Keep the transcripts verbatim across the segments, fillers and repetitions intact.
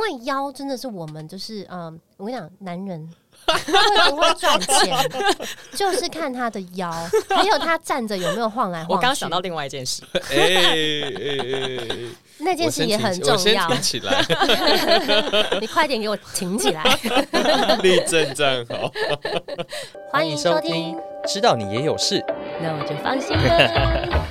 为腰真的是我们就是嗯，我跟你讲，男人会不会赚钱，就是看他的腰，还有他站着有没有晃来晃去。 我刚想到另外一件事， 哎哎哎， 那件事也很重要。 我先挺起来， 你快点给我挺起来， 立正站好。 欢迎收听， 知道你也有事， 那我就放心了。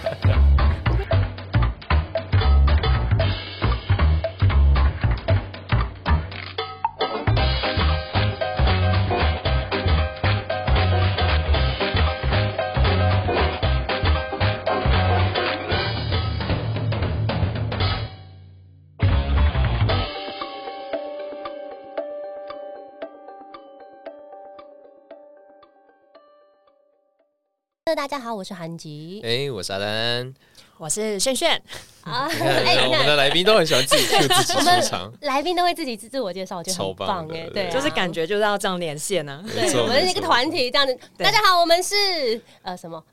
大家好，我是韩吉。 哎、欸，我是阿丹， 我是炫炫。 啊， 你看，欸、我们的来宾都很喜欢自己 Q 自己出场， 来宾都会自己自我介绍，我觉得很棒哎、欸，对、啊， 就是感觉就是要这样连线呢、啊。 对，我们是一个团体这样子。大家好，我们是呃什么？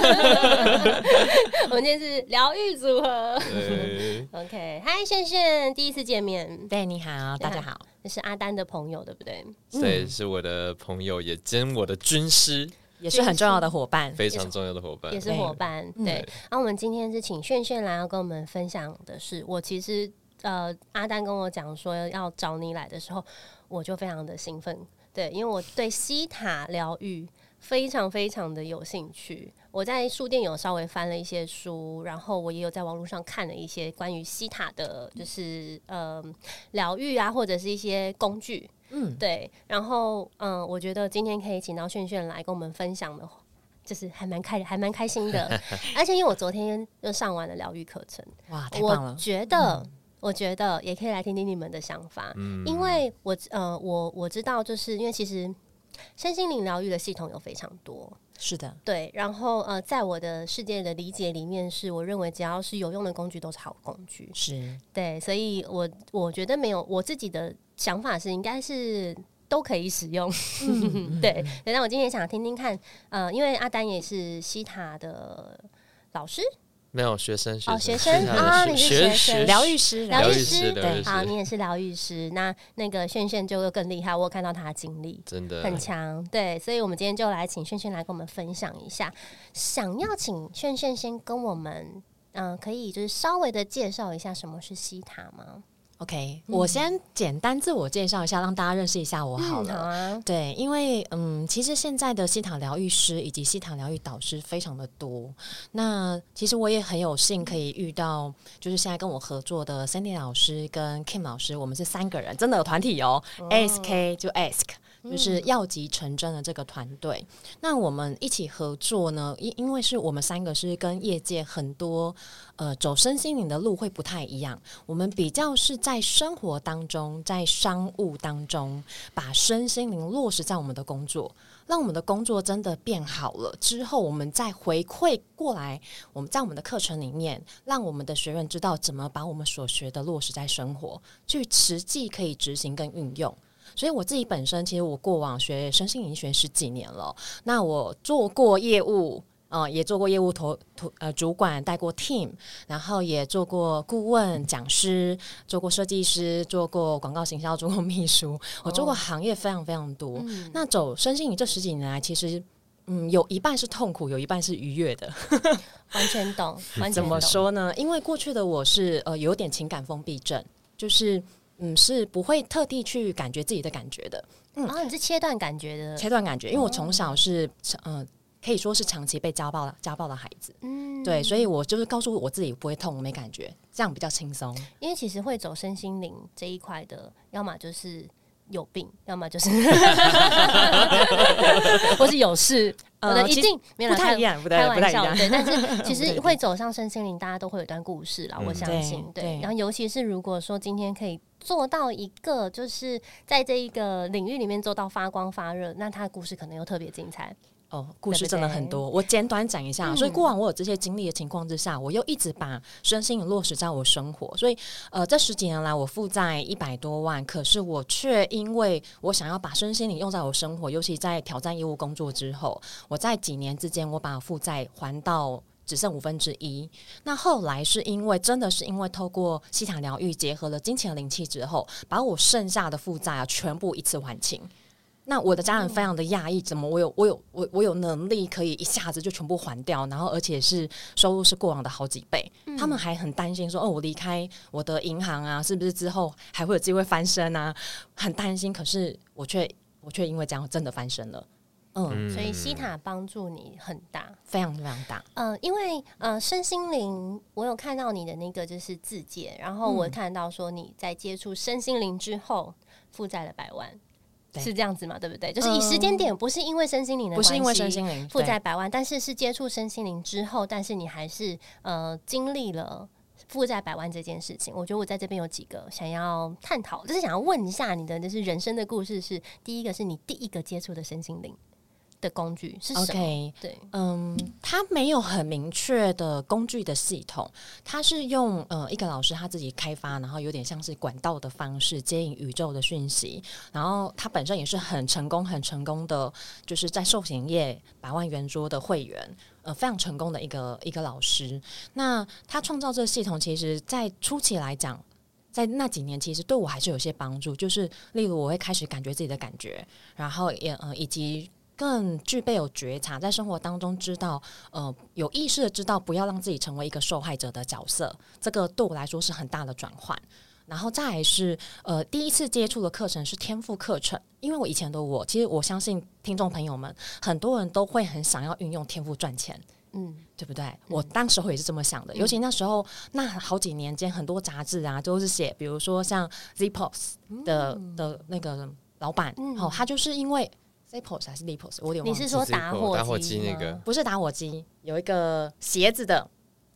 我们今天是疗愈组合。OK， 嗨，炫炫，第一次见面。 对，你好，大家好。 这是阿丹的朋友，对不对？ 对，是我的朋友，也兼我的军师。 也是很重要的伙伴， 非常重要的伙伴， 也是伙伴。对，然后、啊、我们今天是请炫炫来要跟我们分享的是，我其实呃，阿丹跟我讲说要找你来的时候，我就非常的兴奋，对，因为我对西塔疗愈非常非常的有兴趣。我在书店有稍微翻了一些书，然后我也有在网络上看了一些关于西塔的，就是呃疗愈啊，或者是一些工具。嗯，对，然后嗯，我觉得今天可以请到炫炫来跟我们分享的，就是还蛮开，还蛮开心的。而且因为我昨天就上完了疗愈课程， 哇，太棒了！ 我觉得，嗯、我觉得也可以来听听你们的想法，嗯、因为我呃，我我知道，就是因为其实身心灵疗愈的系统有非常多。 是的， 对，然后呃，在我的世界的理解里面是，我认为只要是有用的工具都是好工具， 是对，所以我我觉得没有我自己的想法是应该是都可以使用，嗯、对。那我今天想听听看，呃，因为阿丹也是西塔的老师。 没有学生，学生哦，学生啊，你是学生， 疗愈师， 疗愈师， 对， 好，你也是疗愈师。那那个炫炫就更厉害，我有看到他的经历， 真的很强。对，所以我们今天就来请炫炫来跟我们分享一下。想要请炫炫先跟我们，嗯、呃，可以就是稍微的介绍一下什么是西塔吗？ OK，、嗯、我先简单自我介绍一下，让大家认识一下我好了。嗯、好啊，对，因为嗯，其实现在的西塔疗愈师以及西塔疗愈导师非常的多。那其实我也很有幸可以遇到，就是现在跟我合作的 Sandy 老师跟 Kim 老师，我们是三个人，真的有团体哦。哦 A S K 就 Ask。就是药集成真的这个团队，那我们一起合作呢，因因为是我们三个是跟业界很多呃走身心灵的路会不太一样，我们比较是在生活当中，在商务当中，把身心灵落实在我们的工作，让我们的工作真的变好了之后，我们再回馈过来，我们在我们的课程里面，让我们的学员知道怎么把我们所学的落实在生活，去实际可以执行跟运用。所以我自己本身，其实我过往学身心灵学十几年了。那我做过业务，呃，也做过业务头头呃主管，带过 team， 然后也做过顾问、讲师，做过设计师，做过广告行销，做过秘书，我做过行业非常非常多。嗯、那走身心灵这十几年来，其实嗯有一半是痛苦，有一半是愉悦的。 完全懂，完全懂。 怎么说呢？因为过去的我是呃有点情感封闭症，就是。嗯，是不会特地去感觉自己的感觉的。 嗯，啊，你是切断感觉的， 切断感觉，因为我从小是，嗯、呃，可以说是长期被家暴家暴的孩子。嗯，对，所以我就是告诉我自己不会痛，我没感觉，这样比较轻松。 因为其实会走身心灵这一块的，要么就是有病，要么就是，或是有事。呃，一定没有不太一样，不太开玩笑， 对。 但是其实会走上身心灵，大家都会有一段故事啦，我相信。 对， 对，然后尤其是如果说今天可以做到一个，就是在这一个领域里面做到发光发热，那他的故事可能又特别精彩。 哦，故事真的很多，我简短讲一下、嗯。所以过往我有这些经历的情况之下，我又一直把身心落实在我生活。所以，呃，这十几年来我负债一百多万，可是我却因为我想要把身心灵用在我生活，尤其在挑战业务工作之后，我在几年之间我把负债还到只剩五分之一。那后来是因为真的是因为透过西塔疗愈结合了金钱灵气之后，把我剩下的负债啊全部一次还清。那我的家人非常的讶异，怎么我有我有我我有能力可以一下子就全部还掉，然后而且是收入是过往的好几倍，嗯、他们还很担心说，哦，我离开我的银行啊，是不是之后还会有机会翻身啊？很担心，可是我却我却因为这样真的翻身了。 嗯，所以西塔帮助你很大， 非常非常大。 呃，因为呃，身心灵，我有看到你的那个就是自介，然后我看到说你在接触身心灵之后，负债了百万。是这样子嘛？对不对？就是以时间点，不是因为身心灵的关系， 不是因为身心灵负债百万，但是是接触身心灵之后，但是你还是呃经历了负债百万这件事情。我觉得我在这边有几个想要探讨，就是想要问一下你的，就是人生的故事是。第一个是你第一个接触的身心灵的工具是什么？ OK， 对， 嗯，它没有很明确的工具的系统，它是用呃一个老师他自己开发，然后有点像是管道的方式接引宇宙的讯息，然后他本身也是很成功、很成功的，就是在寿险业百万圆桌的会员。呃，非常成功的一个一个老师。那他创造这个系统，其实在初期来讲，在那几年其实对我还是有些帮助，就是例如我会开始感觉自己的感觉，然后也呃以及更具备有觉察，在生活当中知道呃有意识的知道不要让自己成为一个受害者的角色，这个对我来说是很大的转换。然后再来是呃第一次接触的课程是天赋课程，因为我以前的我，其实我相信听众朋友们很多人都会很想要运用天赋赚钱。嗯，对不对？嗯、我当时候也是这么想的，尤其那时候那好几年间，很多杂志啊都是写，比如说像 Zappos 的、嗯、的那个老板，嗯、哦，他就是因为 Zappos 还是 Zappos， 我有点忘记。 你是说打火机？ 打火机那个不是打火机，有一个鞋子的。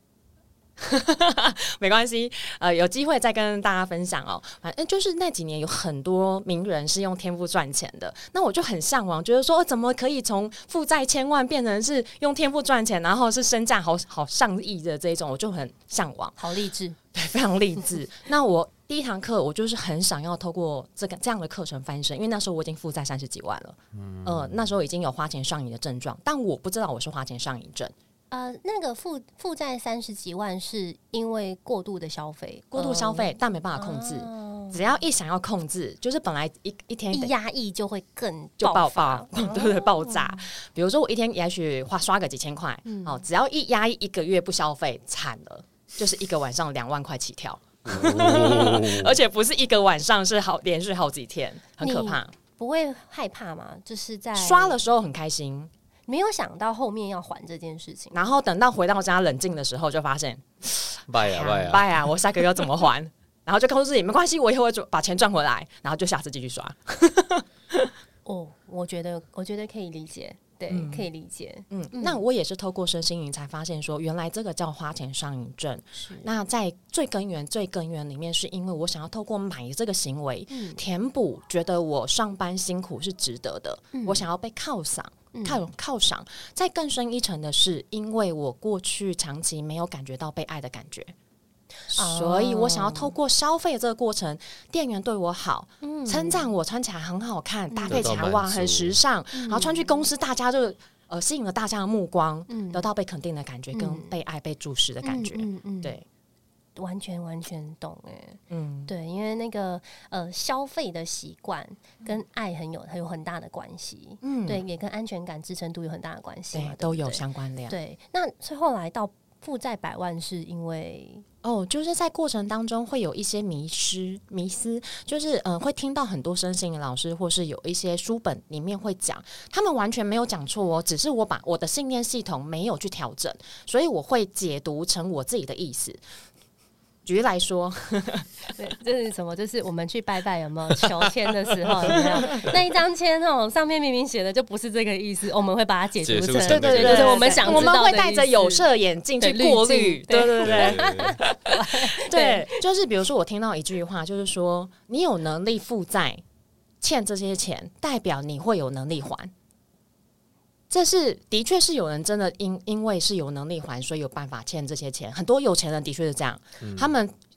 没关系，呃，有机会再跟大家分享哦。反正就是那几年有很多名人是用天赋赚钱的，那我就很向往，觉得说、哦、怎么可以从负债千万变成是用天赋赚钱，然后是身价好好上亿的这种，我就很向往， 好励志， 对，非常励志。那我第一堂课，我就是很想要透过这个这样的课程翻身，因为那时候我已经负债三十几万了，嗯，呃，那时候已经有花钱上瘾的症状，但我不知道我是花钱上瘾症。 呃，那个负负债三十几万是因为过度的消费， 过度消费，呃、但没办法控制。哦、只要一想要控制，就是本来一一天一压抑就会更就爆发，对对对，爆炸。比如说我一天也许花刷个几千块，嗯、哦，只要一压抑一个月不消费，惨了，就是一个晚上两万块起跳，哦、而且不是一个晚上，是好连续好几天，很可怕。 不会害怕吗？就是在刷的时候很开心。 没有想到后面要还这件事情， 然后等到回到家冷静的时候，就发现， 拜呀拜呀拜呀，我下个月要怎么还？然后就告诉自己没关系，我以后会把钱赚回来，然后就下次继续刷。 哦，我觉得我觉得可以理解，对，嗯、可以理解。 嗯，嗯那我也是透过身心灵才发现说，原来这个叫花钱上瘾症。那在最根源、最根源里面，是因为我想要透过买这个行为，嗯、填补觉得我上班辛苦是值得的，嗯、我想要被犒赏。靠犒赏，再更深一层的是，因为我过去长期没有感觉到被爱的感觉，哦、所以我想要透过消费这个过程，店员对我好，嗯、称赞我穿起来很好看，嗯、搭配起来哇很时尚，嗯、然后穿去公司，大家就呃吸引了大家的目光，嗯、得到被肯定的感觉，嗯、跟被爱、被注视的感觉，嗯嗯嗯、对。 完全完全懂哎、欸，嗯，对，因为那个呃消费的习惯跟爱很有很有很大的关系，嗯，对，也跟安全感、支撑度有很大的关系嘛，对， 都有相关联。 对，那所以后来到负债百万，是因为哦，就是在过程当中会有一些迷失、迷思，就是呃会听到很多身心灵老师或是有一些书本里面会讲，他们完全没有讲错哦，只是我把我的信念系统没有去调整，所以我会解读成我自己的意思。举例来说， 对，这是什么？就是我们去拜拜有没有求签的时候，有没有那一张签哦，上面明明写的就不是这个意思，我们会把它解读成， 对对对， 就是我们想知道的意思， 我们会戴着有色眼镜去过滤，对对对对，对，就是比如说我听到一句话，就是说你有能力负债欠这些钱，代表你会有能力还。这是的确是有人真的因因为是有能力还，所以有办法欠这些钱。很多有钱人的确是这样，嗯、他们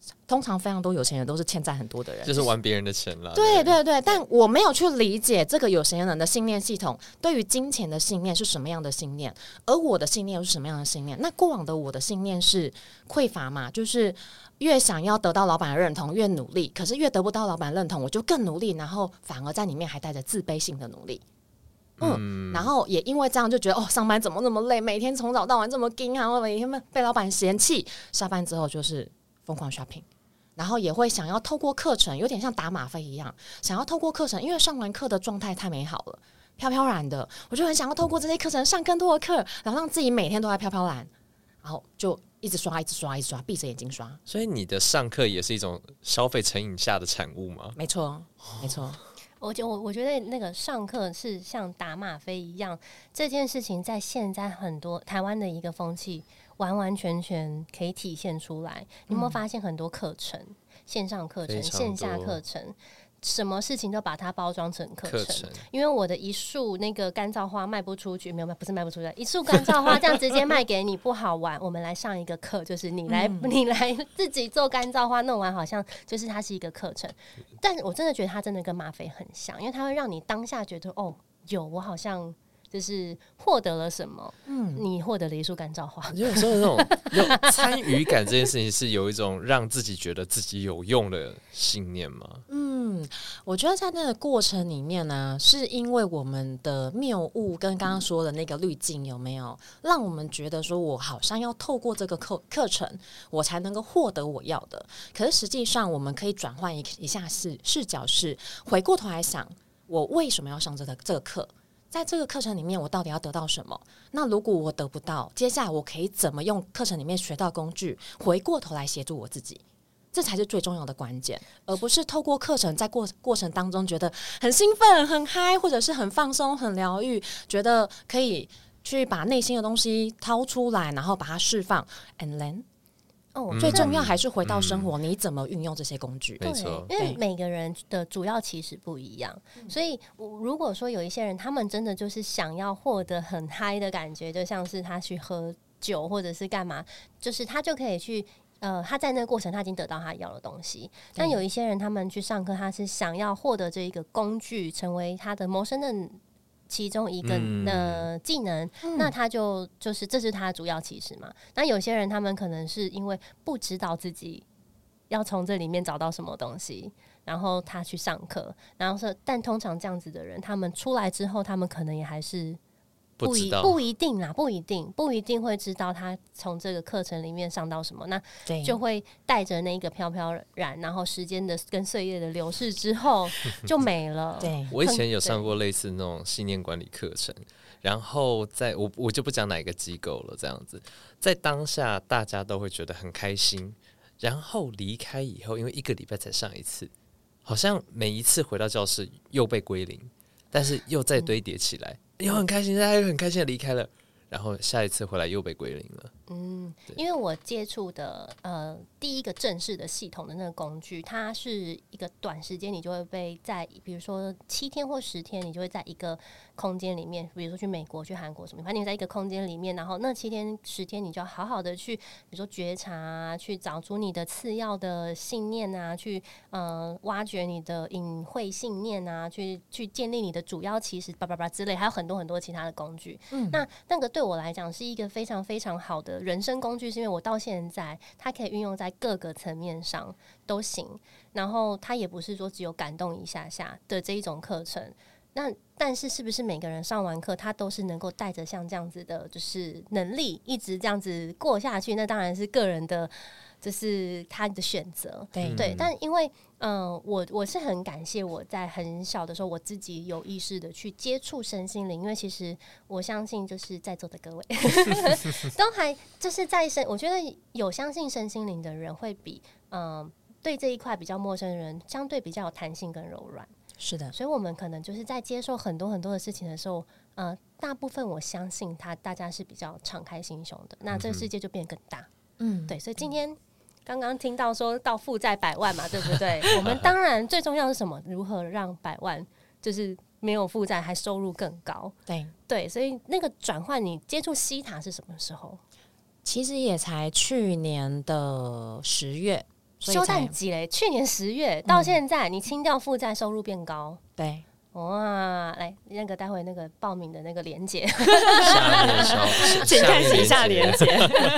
通常非常多有钱人都是欠债很多的人， 就是玩别人的钱了。 对对对，但我没有去理解这个有钱人的信念系统对于金钱的信念是什么样的信念，而我的信念又是什么样的信念。那过往的我的信念是匮乏嘛，就是越想要得到老板的认同越努力，可是越得不到老板的认同我就更努力，然后反而在里面还带着自卑性的努力。嗯，然后也因为这样就觉得哦，上班怎么那么累，每天从早到晚这么拼，然后每天被老板嫌弃，下班之后就是疯狂 shopping， 然后也会想要透过课程，有点像打吗啡一样，想要透过课程，因为上完课的状态太美好了，飘飘然的，我就很想要透过这些课程上更多的课，然后让自己每天都在飘飘然，然后就一直刷，一直刷，一直刷，闭着眼睛刷。 所以你的上课也是一种消费成瘾下的产物吗？ 没错，没错。 我觉我我觉得那个上课是像打吗啡一样，这件事情在现在很多台湾的一个风气，完完全全可以体现出来。你有没有发现很多课程、嗯、线上课程、线下课程？什么事情都把它包装成课程, 程因为我的一束那个干燥花卖不出去，没有不是卖不出去，一束干燥花这样直接卖给你不好玩，我们来上一个课，就是你来、嗯、你来自己做干燥花，弄完好像就是它是一个课程，但我真的觉得它真的跟吗啡很像，因为它会让你当下觉得哦，有我好像就是获得了什么，嗯，你获得了一束干燥花。 有时候那种有参与感这件事情是有一种让自己觉得自己有用的信念吗？ 嗯，我觉得在那个过程里面呢，是因为我们的谬误跟刚刚说的那个滤镜有没有让我们觉得说我好像要透过这个课课程我才能够获得我要的，可是实际上我们可以转换一一下视视角，是回过头来想我为什么要上这个这个课，在这个课程里面我到底要得到什么，那如果我得不到，接下来我可以怎么用课程里面学到工具回过头来协助我自己，这才是最重要的关键，而不是透过课程在 过, 过程当中觉得很兴奋很嗨，或者是很放松很疗愈，觉得可以去把内心的东西掏出来然后把它释放 and then哦，最重要还是回到生活、嗯、你怎么运用这些工具。 对，因为每个人的主要其实不一样、嗯、所以如果说有一些人他们真的就是想要获得很嗨的感觉，就像是他去喝酒或者是干嘛，就是他就可以去呃，他在那个过程他已经得到他要的东西，但有一些人他们去上课他是想要获得这一个工具成为他的谋生的其中一个、嗯呃、技能、嗯、那他就就是这是他的主要其实嘛。那有些人他们可能是因为不知道自己要从这里面找到什么东西，然后他去上课，然后是但通常这样子的人他们出来之后他们可能也还是不一不一定啦，不一定不一定会知道他从这个课程里面上到什么，那就会带着那个飘飘然，然后时间的跟岁月的流逝之后就没了。 对， 我以前有上过类似那种信念管理课程，然后在我我就不讲哪一个机构了，这样子，在当下大家都会觉得很开心，然后离开以后，因为一个礼拜才上一次，好像每一次回到教室又被归零，但是又再堆叠起来。嗯又很开心，大家又很开心的离开了，然后下一次回来又被归零了。 嗯，因为我接触的呃第一个正式的系统的那个工具，它是一个短时间你就会被在比如说七天或十天，你就会在一个空间里面，比如说去美国、去韩国什么，反正你在一个空间里面，然后那七天十天你就要好好的去，比如说觉察啊，去找出你的次要的信念啊，去呃挖掘你的隐晦信念啊，去去建立你的主要其实叭叭叭之类，还有很多很多其他的工具。嗯，那那个对我来讲是一个非常非常好的人生工具，是因为我到现在它可以运用在各个层面上都行，然后它也不是说只有感动一下下的这一种课程。那但是是不是每个人上完课他都是能够带着像这样子的就是能力一直这样子过下去，那当然是个人的就是他的选择。 对, 对但因为嗯、呃，我我是很感谢我在很小的时候我自己有意识的去接触身心灵，因为其实我相信就是在座的各位都还就是在身，我觉得有相信身心灵的人会比嗯、呃、对这一块比较陌生的人相对比较有弹性跟柔软。 是的， 所以我们可能就是在接受很多很多的事情的时候，呃，大部分我相信他大家是比较敞开心胸的，那这个世界就变得更大。嗯，对，所以今天刚刚听到说到负债百万嘛，对不对？我们当然最重要是什么？如何让百万就是没有负债还收入更高？ 对对，所以那个转换，你接触西塔是什么时候？ 其实也才去年的十月。 休淡季嘞，去年十月到现在，嗯、你清掉负债，收入变高， 对。 哇，来那个待会那个报名的那个连结， 下面稍请看以下连结。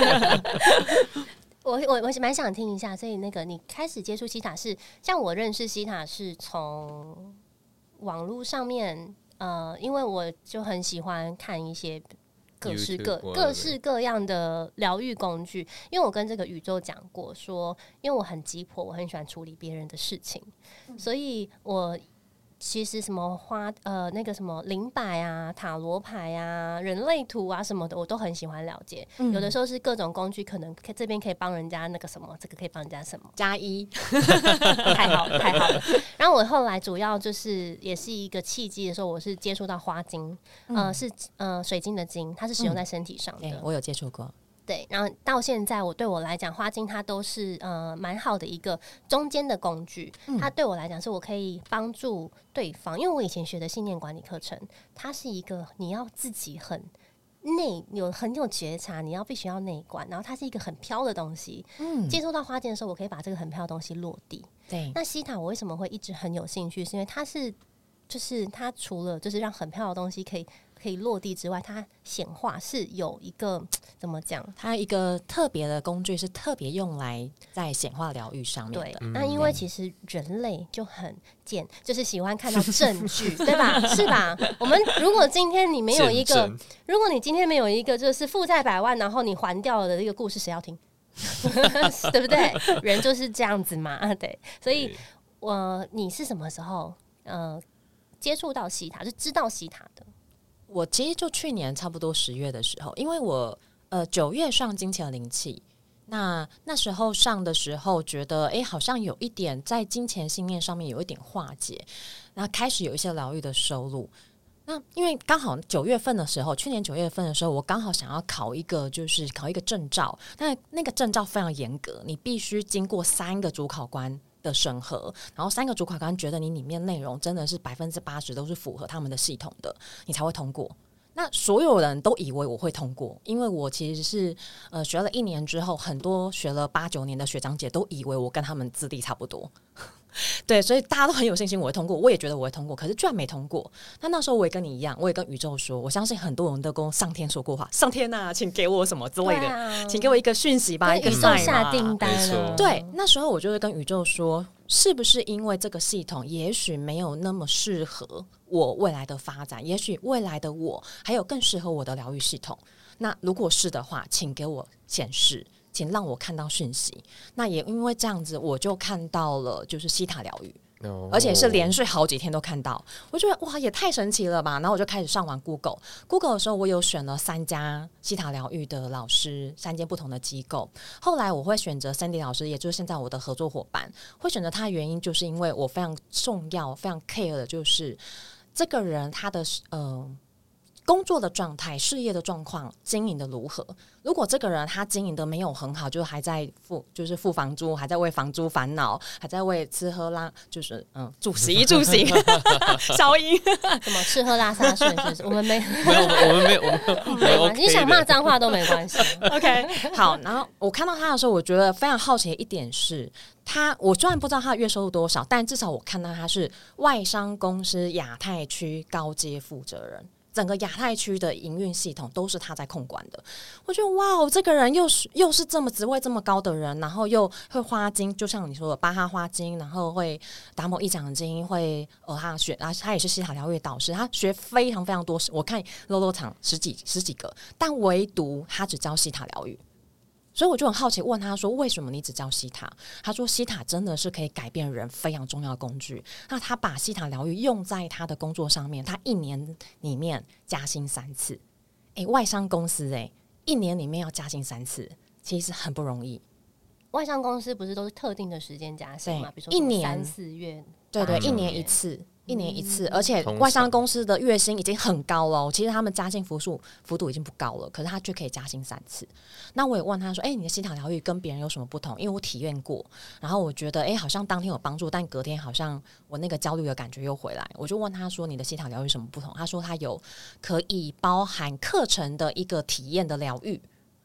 我我我蛮想听一下，所以那个你开始接触西塔是像我认识西塔是从网络上面，呃，因为我就很喜欢看一些各式各各式各样的疗愈工具，因为我跟这个宇宙讲过说，因为我很急迫，我很喜欢处理别人的事情，嗯、所以我。其实什么花呃那个什么灵摆啊、塔罗牌啊、人类图啊什么的，我都很喜欢了解。嗯、有的时候是各种工具，可能可这边可以帮人家那个什么，这个可以帮人家什么加一， 太好了太好了。然后我后来主要就是也是一个契机的时候，我是接触到花精，嗯、呃是呃水晶的晶，它是使用在身体上的。 嗯欸、我有接触过。 对，然后到现在我对我来讲，花精它都是呃蛮好的一个中间的工具。嗯、它对我来讲，是我可以帮助对方，因为我以前学的信念管理课程，它是一个你要自己很内有很有觉察，你要必须要内观，然后它是一个很飘的东西。嗯，接触到花精的时候，我可以把这个很飘的东西落地。 对， 那西塔我为什么会一直很有兴趣？是因为它是就是它除了就是让很飘的东西可以。可以落地之外，它显化是有一个怎么讲？ 它一个特别的工具是特别用来在显化疗愈上面的。 对，那因为其实人类就很贱，就是喜欢看到证据，对吧？是吧？我们如果今天你没有一个，如果你今天没有一个就是负债百万，然后你还掉了的一个故事，谁要听？对不对？人就是这样子嘛，对。所以，我、呃、你是什么时候呃接触到西塔，就知道西塔的？ 我其实就去年差不多十月的时候，因为我呃九月上金钱灵气，那那时候上的时候觉得，哎，好像有一点在金钱信念上面有一点化解，然后开始有一些疗愈的收入。那因为刚好九月份的时候，去年九月份的时候，我刚好想要考一个，就是考一个证照，但那个证照非常严格，你必须经过三个主考官的审核，然后三个主考官觉得你里面内容真的是百分之八十都是符合他们的系统的，你才会通过。那所有人都以为我会通过，因为我其实是呃学了一年之后，很多学了八九年的学长姐都以为我跟他们资历差不多。对，所以大家都很有信心我会通过，我也觉得我会通过，可是居然没通过。那那时候我也跟你一样，我也跟宇宙说，我相信很多人都跟上天说过话，上天啊，请给我什么之类的，啊、请给我一个讯息吧，一个 sign 下订单了。 对，那时候我就会跟宇宙说，是不是因为这个系统也许没有那么适合我未来的发展，也许未来的我还有更适合我的疗愈系统。那如果是的话，请给我显示，请让我看到讯息。那也因为这样子，我就看到了就是西塔疗愈。Oh. 而且是连续好几天都看到，我觉得哇也太神奇了吧。然后我就开始上完 Google Google 的时候，我有选了三家西塔疗愈的老师，三间不同的机构。后来我会选择 Sandy 老师，也就是现在我的合作伙伴，会选择他的原因就是因为我非常重要非常 care 的就是这个人他的呃工作的状态、事业的状况、经营的如何。如果这个人他经营的没有很好，就还在付就是付房租，还在为房租烦恼，还在为吃喝拉就是嗯住洗衣住行消音什么吃喝拉撒睡，是不是？我们没没有，我们没有，我们没有、OK、 你想骂脏话都没关系。 OK， 好。然后我看到他的时候，我觉得非常好奇的一点是，他我虽然不知道他的月收入多少，但至少我看到他是外商公司亚太区高阶负责人。整个亚太区的营运系统都是他在控管的，我觉得哇，这个人又是又是这么职位这么高的人，然后又会花精，就像你说的巴哈花精，然后会达摩一掌经，会呃他学啊，他也是西塔疗愈导师，他学非常非常多，我看 Lolo 场十几十几个，但唯独他只教西塔疗愈。所以我就很好奇问他说，为什么你只教西塔？他说西塔真的是可以改变人非常重要的工具。那他把西塔疗愈用在他的工作上面，他一年里面加薪三次。哎，外商公司哎、欸，一年里面要加薪三次，其实很不容易。 外商公司不是都是特定的时间加薪嘛？比如说一年三四月， 对对，一年一次。一年一次，而且外商公司的月薪已经很高了，其实他们加薪幅数幅度已经不高了，可是他却可以加薪三次。那我也问他说：“哎、欸，你的西塔疗愈跟别人有什么不同？”因为我体验过，然后我觉得哎、欸，好像当天有帮助，但隔天好像我那个焦虑的感觉又回来。我就问他说：“你的西塔疗愈什么不同？”他说他有可以包含课程的一个体验的疗愈。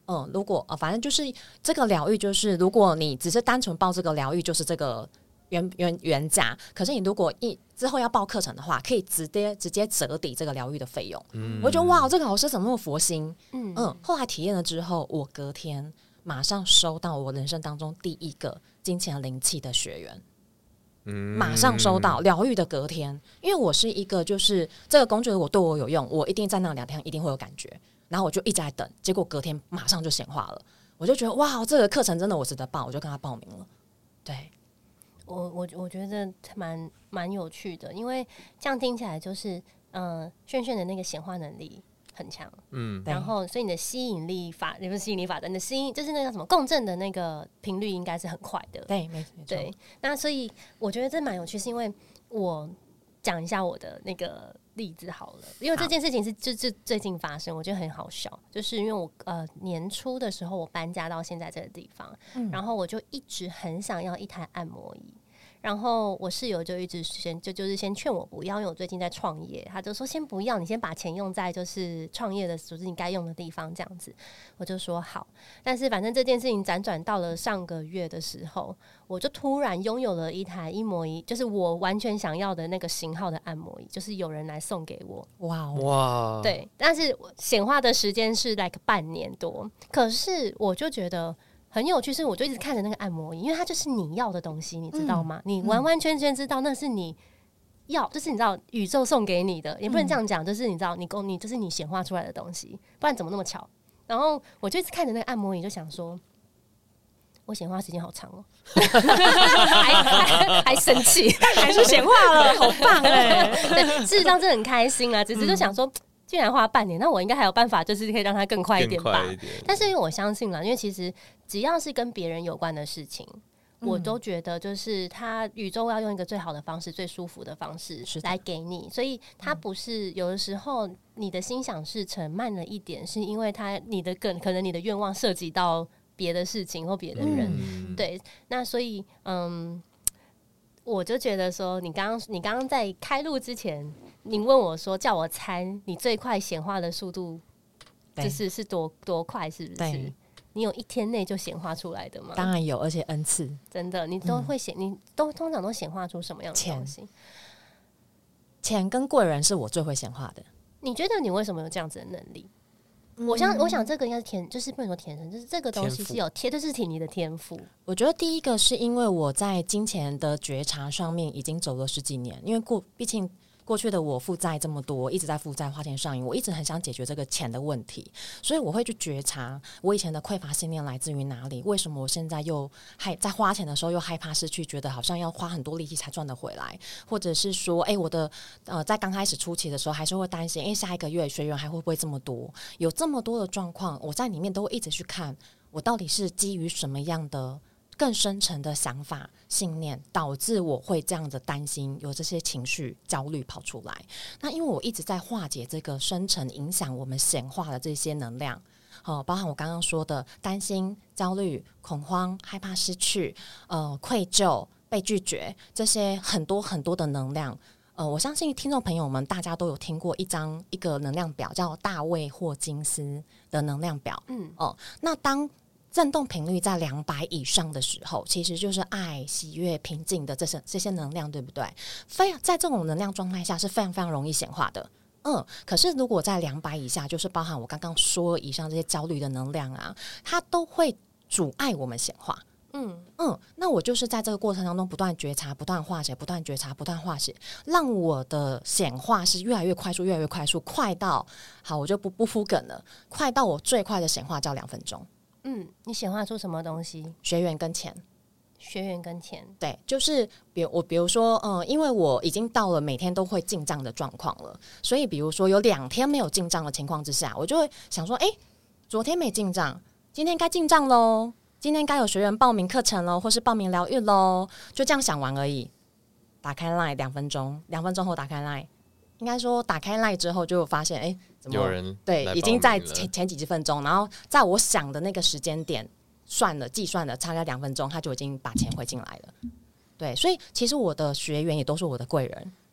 嗯，如果呃，反正就是这个疗愈，就是如果你只是单纯报这个疗愈，就是这个原原原价。可是你如果一之后要报课程的话，可以直接直接折抵这个疗愈的费用。嗯，我觉得哇，这个老师怎么那么佛心？嗯嗯，后来体验了之后，我隔天马上收到我人生当中第一个金钱灵气的学员。嗯，马上收到疗愈的隔天，因为我是一个就是这个工具我对我有用，我一定在那两天一定会有感觉。然后我就一直在等，结果隔天马上就显化了，我就觉得哇，这个课程真的我值得报，我就跟他报名了。对， 我我我觉得蛮蛮有趣的，因为这样听起来就是，嗯、呃，炫炫的那个显化能力很强，嗯，然后所以你的吸引力法，也不是吸引力法则，你的吸引就是那个什么共振的那个频率应该是很快的， 对，没错， 对。那所以我觉得这蛮有趣，是因为我讲一下我的那个例子好了，因为这件事情是就就最近发生，我觉得很好笑，就是因为我呃年初的时候我搬家到现在这个地方，嗯、然后我就一直很想要一台按摩椅。然后我室友就一直先就就是先劝我不要，因为我最近在创业，他就说先不要，你先把钱用在就是创业的就是你该用的地方这样子。我就说好，但是反正这件事情辗转到了上个月的时候，我就突然拥有了一台一模一，就是我完全想要的那个型号的按摩椅，就是有人来送给我。 哇哇， 对，但是显化的时间是 like 半年多，可是我就觉得。很有趣，是我就一直看着那个按摩椅，因为它就是你要的东西，你知道吗？嗯、你完完全全知道那是你要，就是你知道宇宙送给你的，也不能这样讲，就是你知道你供你，就是你显化出来的东西，不然怎么那么巧？然后我就一直看着那个按摩椅，就想说，我显化时间好长哦、喔，还还还生气， 还是显化了，好棒哎、欸！ 对，事实上真的很开心啊，只是就想说。嗯既然花半年，那我应该还有办法，就是可以让它更快一点吧。 点但是因为我相信啦，因为其实只要是跟别人有关的事情，嗯、我都觉得就是它宇宙要用一个最好的方式、最舒服的方式来给你，所以它不是有的时候你的心想事成慢了一点，是因为它你的更可能你的愿望涉及到别的事情或别的人，嗯、对，那所以嗯。我就觉得说，你刚刚你刚刚在开录之前，你问我说叫我猜你最快显化的速度，就是是多多快，是不是？你有一天内就显化出来的吗？ 当然有，而且 N 次。 真的，你都会显，嗯、你都通常都显化出什么样的东西？ 钱跟贵人是我最会显化的。 你觉得你为什么有这样子的能力？我想，我想这个应该是天，就是不能说天生，就是这个东西是有天，就是挺你的天赋。 我觉得第一个是因为我在金钱的觉察上面已经走了十几年，因为过，毕竟过去的我负债这么多，一直在负债花钱上瘾，我一直很想解决这个钱的问题，所以我会去觉察我以前的匮乏信念来自于哪里，为什么我现在又害在花钱的时候又害怕失去，觉得好像要花很多力气才赚得回来，或者是说，哎、欸，我的呃在刚开始初期的时候还是会担心，哎、欸，下一个月学员还会不会这么多，有这么多的状况，我在里面都会一直去看，我到底是基于什么样的更深层的想法信念导致我会这样的担心，有这些情绪焦虑跑出来。那因为我一直在化解这个深层影响我们显化的这些能量，哦，包含我刚刚说的担心、焦虑、恐慌、害怕失去、呃愧疚、被拒绝，这些很多很多的能量。呃，我相信听众朋友们大家都有听过一张一个能量表，叫大卫霍金斯的能量表。嗯，哦，那当振动频率在两百以上的时候，其实就是爱、喜悦、平静的这些这些能量，对不对？非常在这种能量状态下是非常非常容易显化的。嗯，可是如果在两百以下，就是包含我刚刚说以上这些焦虑的能量啊，它都会阻碍我们显化。嗯嗯，那我就是在这个过程当中不断觉察、不断化解、不断觉察、不断化解，让我的显化是越来越快速、越来越快速，快到好，我就不不铺梗了，快到我最快的显化叫两分钟。 嗯，你显化出什么东西？ 学员跟钱， 学员跟钱， 对，就是比我比如说，嗯，因为我已经到了每天都会进账的状况了，所以比如说有两天没有进账的情况之下，我就会想说，哎、欸，昨天没进账，今天该进账喽，今天该有学员报名课程喽，或是报名疗愈喽，就这样想完而已。打开 LINE 两分钟，两分钟后打开 LINE。应该说打开 LINE 之后就发现，哎、欸，怎么有人对已经在前前几十分钟，然后在我想的那个时间点算了计算了差了两分钟，他就已经把钱汇进来了。对，所以其实我的学员也都是我的贵人，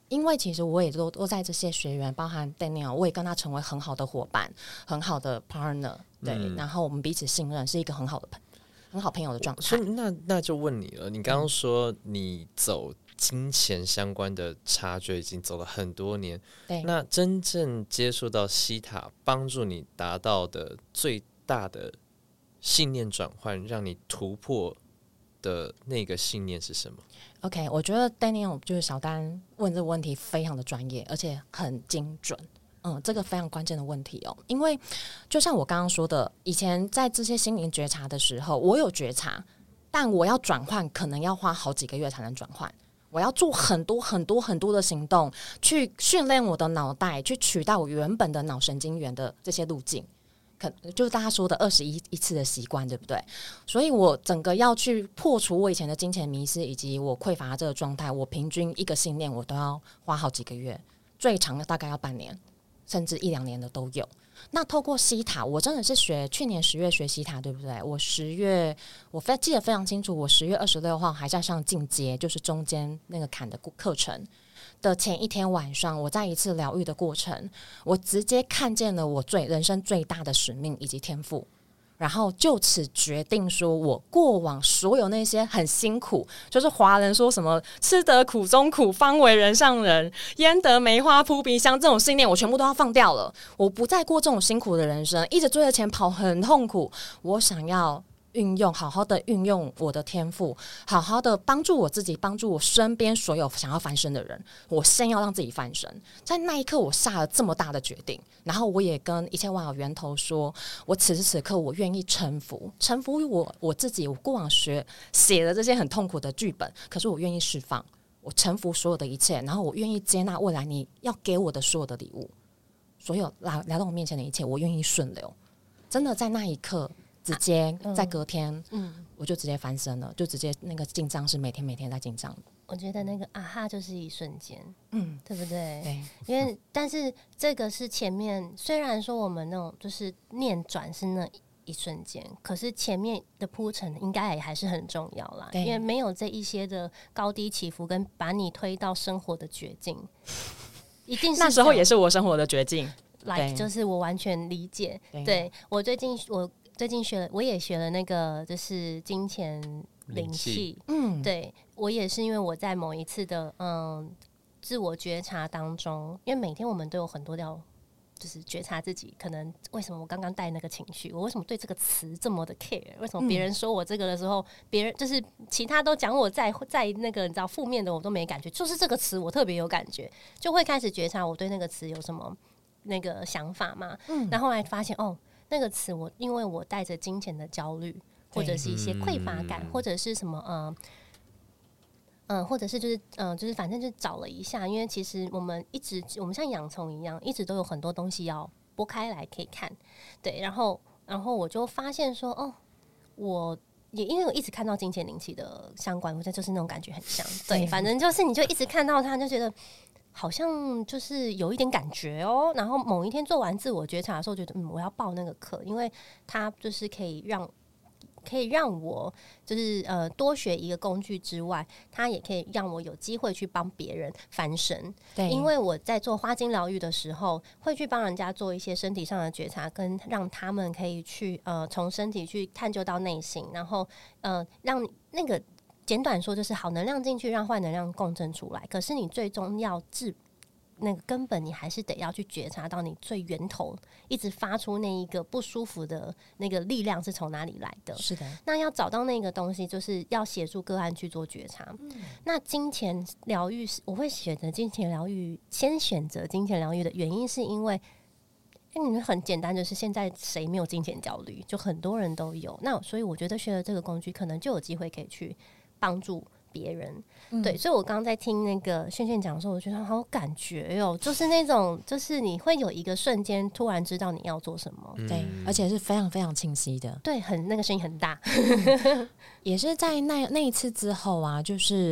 因为其实我也都都在这些学员，包含 Daniel， 我也跟他成为很好的伙伴，很好的 partner， 对、嗯，然后我们彼此信任，是一个很好的朋很好朋友的状态。 所以那那就问你了，你刚刚说你走金钱相关的察觉已经走了很多年， 对， 那真正接触到西塔帮助你达到的最大的信念转换，让你突破的那个信念是什么？ OK， 我觉得 Daniel 就是小丹问这个问题非常的专业，而且很精准。嗯，这个非常关键的问题哦，因为就像我刚刚说的，以前在这些心灵觉察的时候，我有觉察，但我要转换，可能要花好几个月才能转换。我要做很多很多很多的行动，去训练我的脑袋，去取代我原本的脑神经元的这些路径。可就是大家说的二十一一次的习惯，对不对？所以我整个要去破除我以前的金钱迷思，以及我匮乏的这个状态，我平均一个信念我都要花好几个月，最长的大概要半年，甚至一两年的都有。那透过西塔，我真的是学去年十月学西塔，对不对？我十月我非记得非常清楚，我十月二十六号还在上进阶，就是中间那个坎的课程的前一天晚上，我在一次疗愈的过程，我直接看见了我最人生最大的使命以及天赋，然后就此决定说，我过往所有那些很辛苦，就是华人说什么吃得苦中苦，方为人上人，焉得梅花扑鼻香这种信念，我全部都要放掉了。我不再过这种辛苦的人生，一直追着钱跑很痛苦。我想要运用好好的运用我的天赋，好好的帮助我自己，帮助我身边所有想要翻身的人。我先要让自己翻身。在那一刻我下了这么大的决定，然后我也跟一切万有源头说，我此时此刻我愿意臣服，臣服于我我自己，我过往学写的这些很痛苦的剧本，可是我愿意释放，我臣服所有的一切，然后我愿意接纳未来你要给我的所有的礼物，所有来来到我面前的一切我愿意顺流。真的在那一刻直接在隔天、嗯嗯、我就直接翻身了，就直接那个进账是每天每天在进账。 我觉得那个啊哈就是一瞬间， 嗯， 对不对？ 对， 因为但是这个是前面，虽然说我们那种就是念转是那一瞬间，可是前面的铺陈应该也还是很重要啦，因为没有这一些的高低起伏跟把你推到生活的绝境，一定是那时候也是我生活的绝境。 like 就是我完全理解。对，对我最近我最近学了，我也学了那个就是金钱灵气。嗯，对我也是因为我在某一次的嗯自我觉察当中，因为每天我们都有很多要就是觉察自己，可能为什么我刚刚带那个情绪，我为什么对这个词这么的 care， 为什么别人说我这个的时候，别、嗯、人就是其他都讲我在在那个你知道负面的我都没感觉，就是这个词我特别有感觉，就会开始觉察我对那个词有什么那个想法嘛。嗯，然后后来发现哦，那个词我因为我带着金钱的焦虑，或者是一些匮乏感，或者是什么呃。嗯，或者是就是嗯、呃，就是反正就找了一下，因为其实我们一直我们像洋葱一样，一直都有很多东西要剥开来可以看，对，然后然后我就发现说，哦，我也因为我一直看到金钱灵气的相关，我觉得就是那种感觉很像，对，反正就是你就一直看到它，就觉得好像就是有一点感觉哦。然后某一天做完自我觉察的时候，觉得嗯，我要报那个课，因为它就是可以让。可以让我就是呃多学一个工具之外，它也可以让我有机会去帮别人翻身。对，因为我在做花精疗愈的时候，会去帮人家做一些身体上的觉察，跟让他们可以去呃从身体去探究到内心，然后呃让那个简短说就是好能量进去，让坏能量共振出来。可是你最终要治。那个根本你还是得要去觉察到你最源头一直发出那一个不舒服的那个力量是从哪里来的。 是的， 那要找到那个东西就是要协助个案去做觉察。嗯、那金钱疗愈我会选择金钱疗愈，先选择金钱疗愈的原因是因为因为你们很简单，就是现在谁没有金钱焦虑，就很多人都有，那所以我觉得学了这个工具可能就有机会可以去帮助别人。嗯、对，所以我刚刚在听那个炫炫讲的时候，我觉得好有感觉哟、喔，就是那种就是你会有一个瞬间突然知道你要做什么。 对，而且是非常非常清晰的。 对，很那个声音很大。 也是在那那一次之后啊，就是大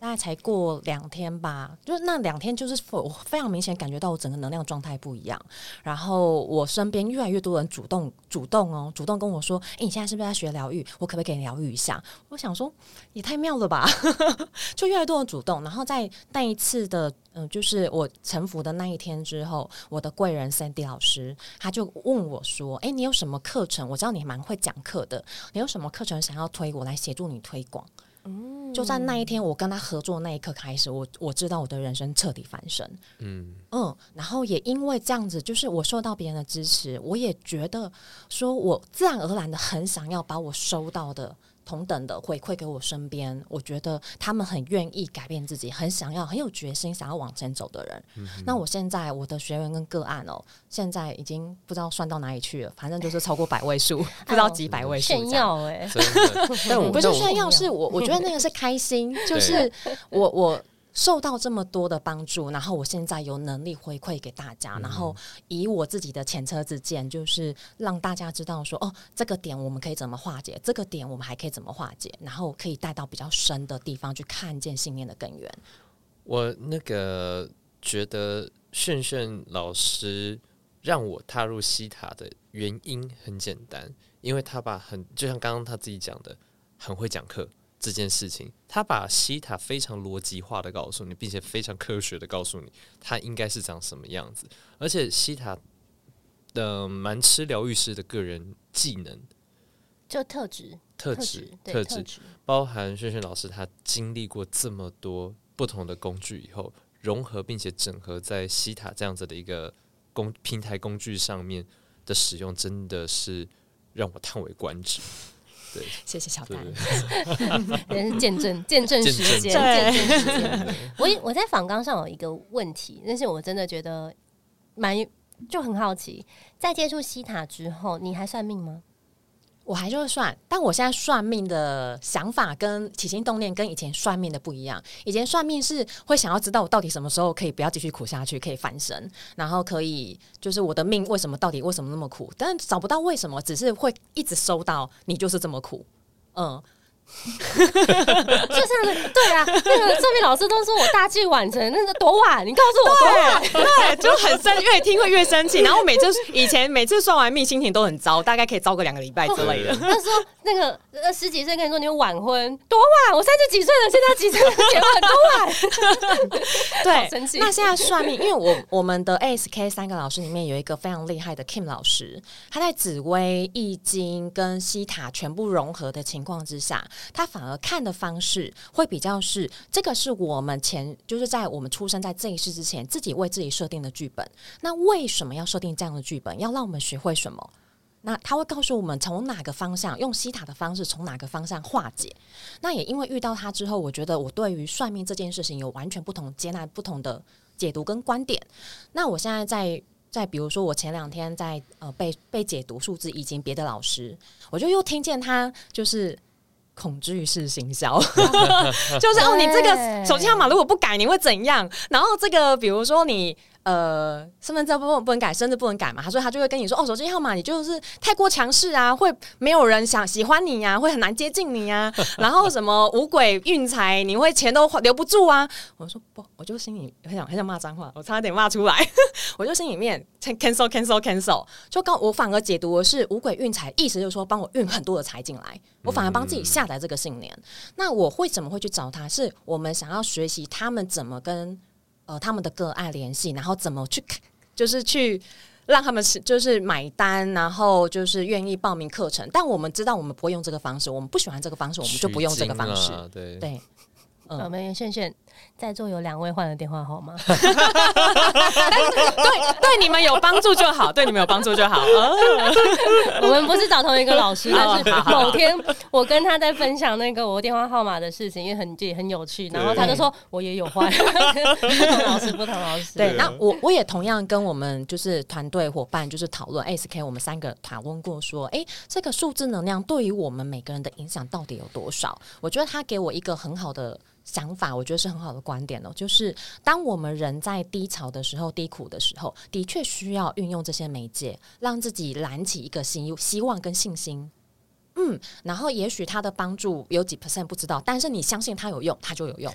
大概才过两天吧，就那两天就是我非常明显感觉到我整个能量状态不一样，然后我身边越来越多人主动主动哦，主动跟我说，哎、欸，你现在是不是在学疗愈？我可不可以给你疗愈一下？我想说也太妙了吧，就越来越多人主动，然后在那一次的嗯、呃，就是我臣服的那一天之后，我的贵人 Sandy 老师他就问我说，哎、欸，你有什么课程？我知道你蛮会讲课的，你有什么课程想要推，我来协助你推广。就在那一天我跟他合作那一刻开始，我我知道我的人生彻底翻身。嗯嗯，然后也因为这样子，就是我受到别人的支持，我也觉得说我自然而然的很想要把我收到的同等的回馈给我身边，我觉得他们很愿意改变自己，很想要很有决心想要往前走的人、嗯、那我现在我的学员跟个案哦，现在已经不知道算到哪里去了，反正就是超过百位数不知道几百位数炫耀哎， 但我不是炫耀，是我我觉得那个是开心就是我我受到这么多的帮助，然后我现在有能力回馈给大家、嗯、然后以我自己的前车之鉴，就是让大家知道说哦，这个点我们可以怎么化解，这个点我们还可以怎么化解，然后可以带到比较深的地方去看见信念的根源。 我那个觉得炫炫老师让我踏入西塔的原因很简单，因为他把很就像刚刚他自己讲的很会讲课这件事情，他把西塔非常逻辑化的告诉你，并且非常科学的告诉你它应该是长什么样子，而且西塔的蛮吃疗愈师的个人技能， 就特质特质特质包含炫炫老师他经历过这么多不同的工具以后，融合并且整合在西塔这样子的一个工平台工具上面的使用，真的是让我叹为观止。对， 谢谢小丹， 也是见证见证时间，见证时间。我我在访纲上有一个问题，但是我真的觉得蛮就很好奇，在接触西塔之后，你还算命吗？ 我还是会算，但我现在算命的想法跟起心动念跟以前算命的不一样。以前算命是会想要知道我到底什么时候可以不要继续苦下去，可以翻身，然后可以就是我的命为什么到底为什么那么苦，但找不到为什么，只是会一直收到你就是这么苦，嗯。 就像对啊，那个算命老师都说我大器晚成，那个多晚？你告诉我多晚？ 对，就很生，越听会越生气。然后每次以前每次算完命，心情都很糟，大概可以糟个两个礼拜之类的。 他说那个呃十几岁跟你说你有晚婚，多晚？我三十几岁了，现在几岁结婚，多晚？ 对，生气。那现在算命，因为我我们的 A S K 三个老师里面有一个非常厉害的 Kim 老师，他在紫微、易经跟西塔全部融合的情况之下。他反而看的方式会比较是，这个是我们前就是在我们出生在这一世之前自己为自己设定的剧本。那为什么要设定这样的剧本？要让我们学会什么？那他会告诉我们从哪个方向，用西塔的方式从哪个方向化解。那也因为遇到他之后，我觉得我对于算命这件事情有完全不同接纳不同的解读跟观点。那我现在在在比如说我前两天在呃被被解读数字易经别的老师，我就又听见他就是恐惧式行销就是哦，你这个手机号码如果不改你会怎样，然后这个比如说你呃，身份证不能不能改，生日不能改嘛，所以他就会跟你说哦，手机号码你就是太过强势啊，会没有人想喜欢你啊，会很难接近你啊，然后什么五鬼运财，你会钱都留不住啊。我说不，我就心里很想很想骂脏话，我差点骂出来我就心里面 cancel cancel cancel， 就刚我反而解读的是五鬼运财，意思就是说帮我运很多的财进来，我反而帮自己下载这个信念、嗯、那我为什么会去找他，是我们想要学习他们怎么跟呃，他们的个案联系，然后怎么去，就是去让他们就是买单，然后就是愿意报名课程。但我们知道我们不会用这个方式，我们不喜欢这个方式，我们就不用这个方式。对对。 嗯，我们炫炫在座有两位换了电话号码但是对对你们有帮助就好，对你们有帮助就好、哦、 我们不是找同一个老师但是某天我跟他在分享那个我电话号码的事情，因为很很有趣，然后他就说我也有换不同老师不同老师。 对，那我我也同样跟我们就是团队伙伴就是讨论 A S K 我们三个讨论过说，哎，这个数字能量对于我们每个人的影响到底有多少。我觉得他给我一个很好的想法，我觉得是很好的观点哦。就是当我们人在低潮的时候、低苦的时候，的确需要运用这些媒介，让自己燃起一个希希望跟信心。嗯，然后也许它的帮助有几 percent 不知道，但是你相信它有用，它就有用。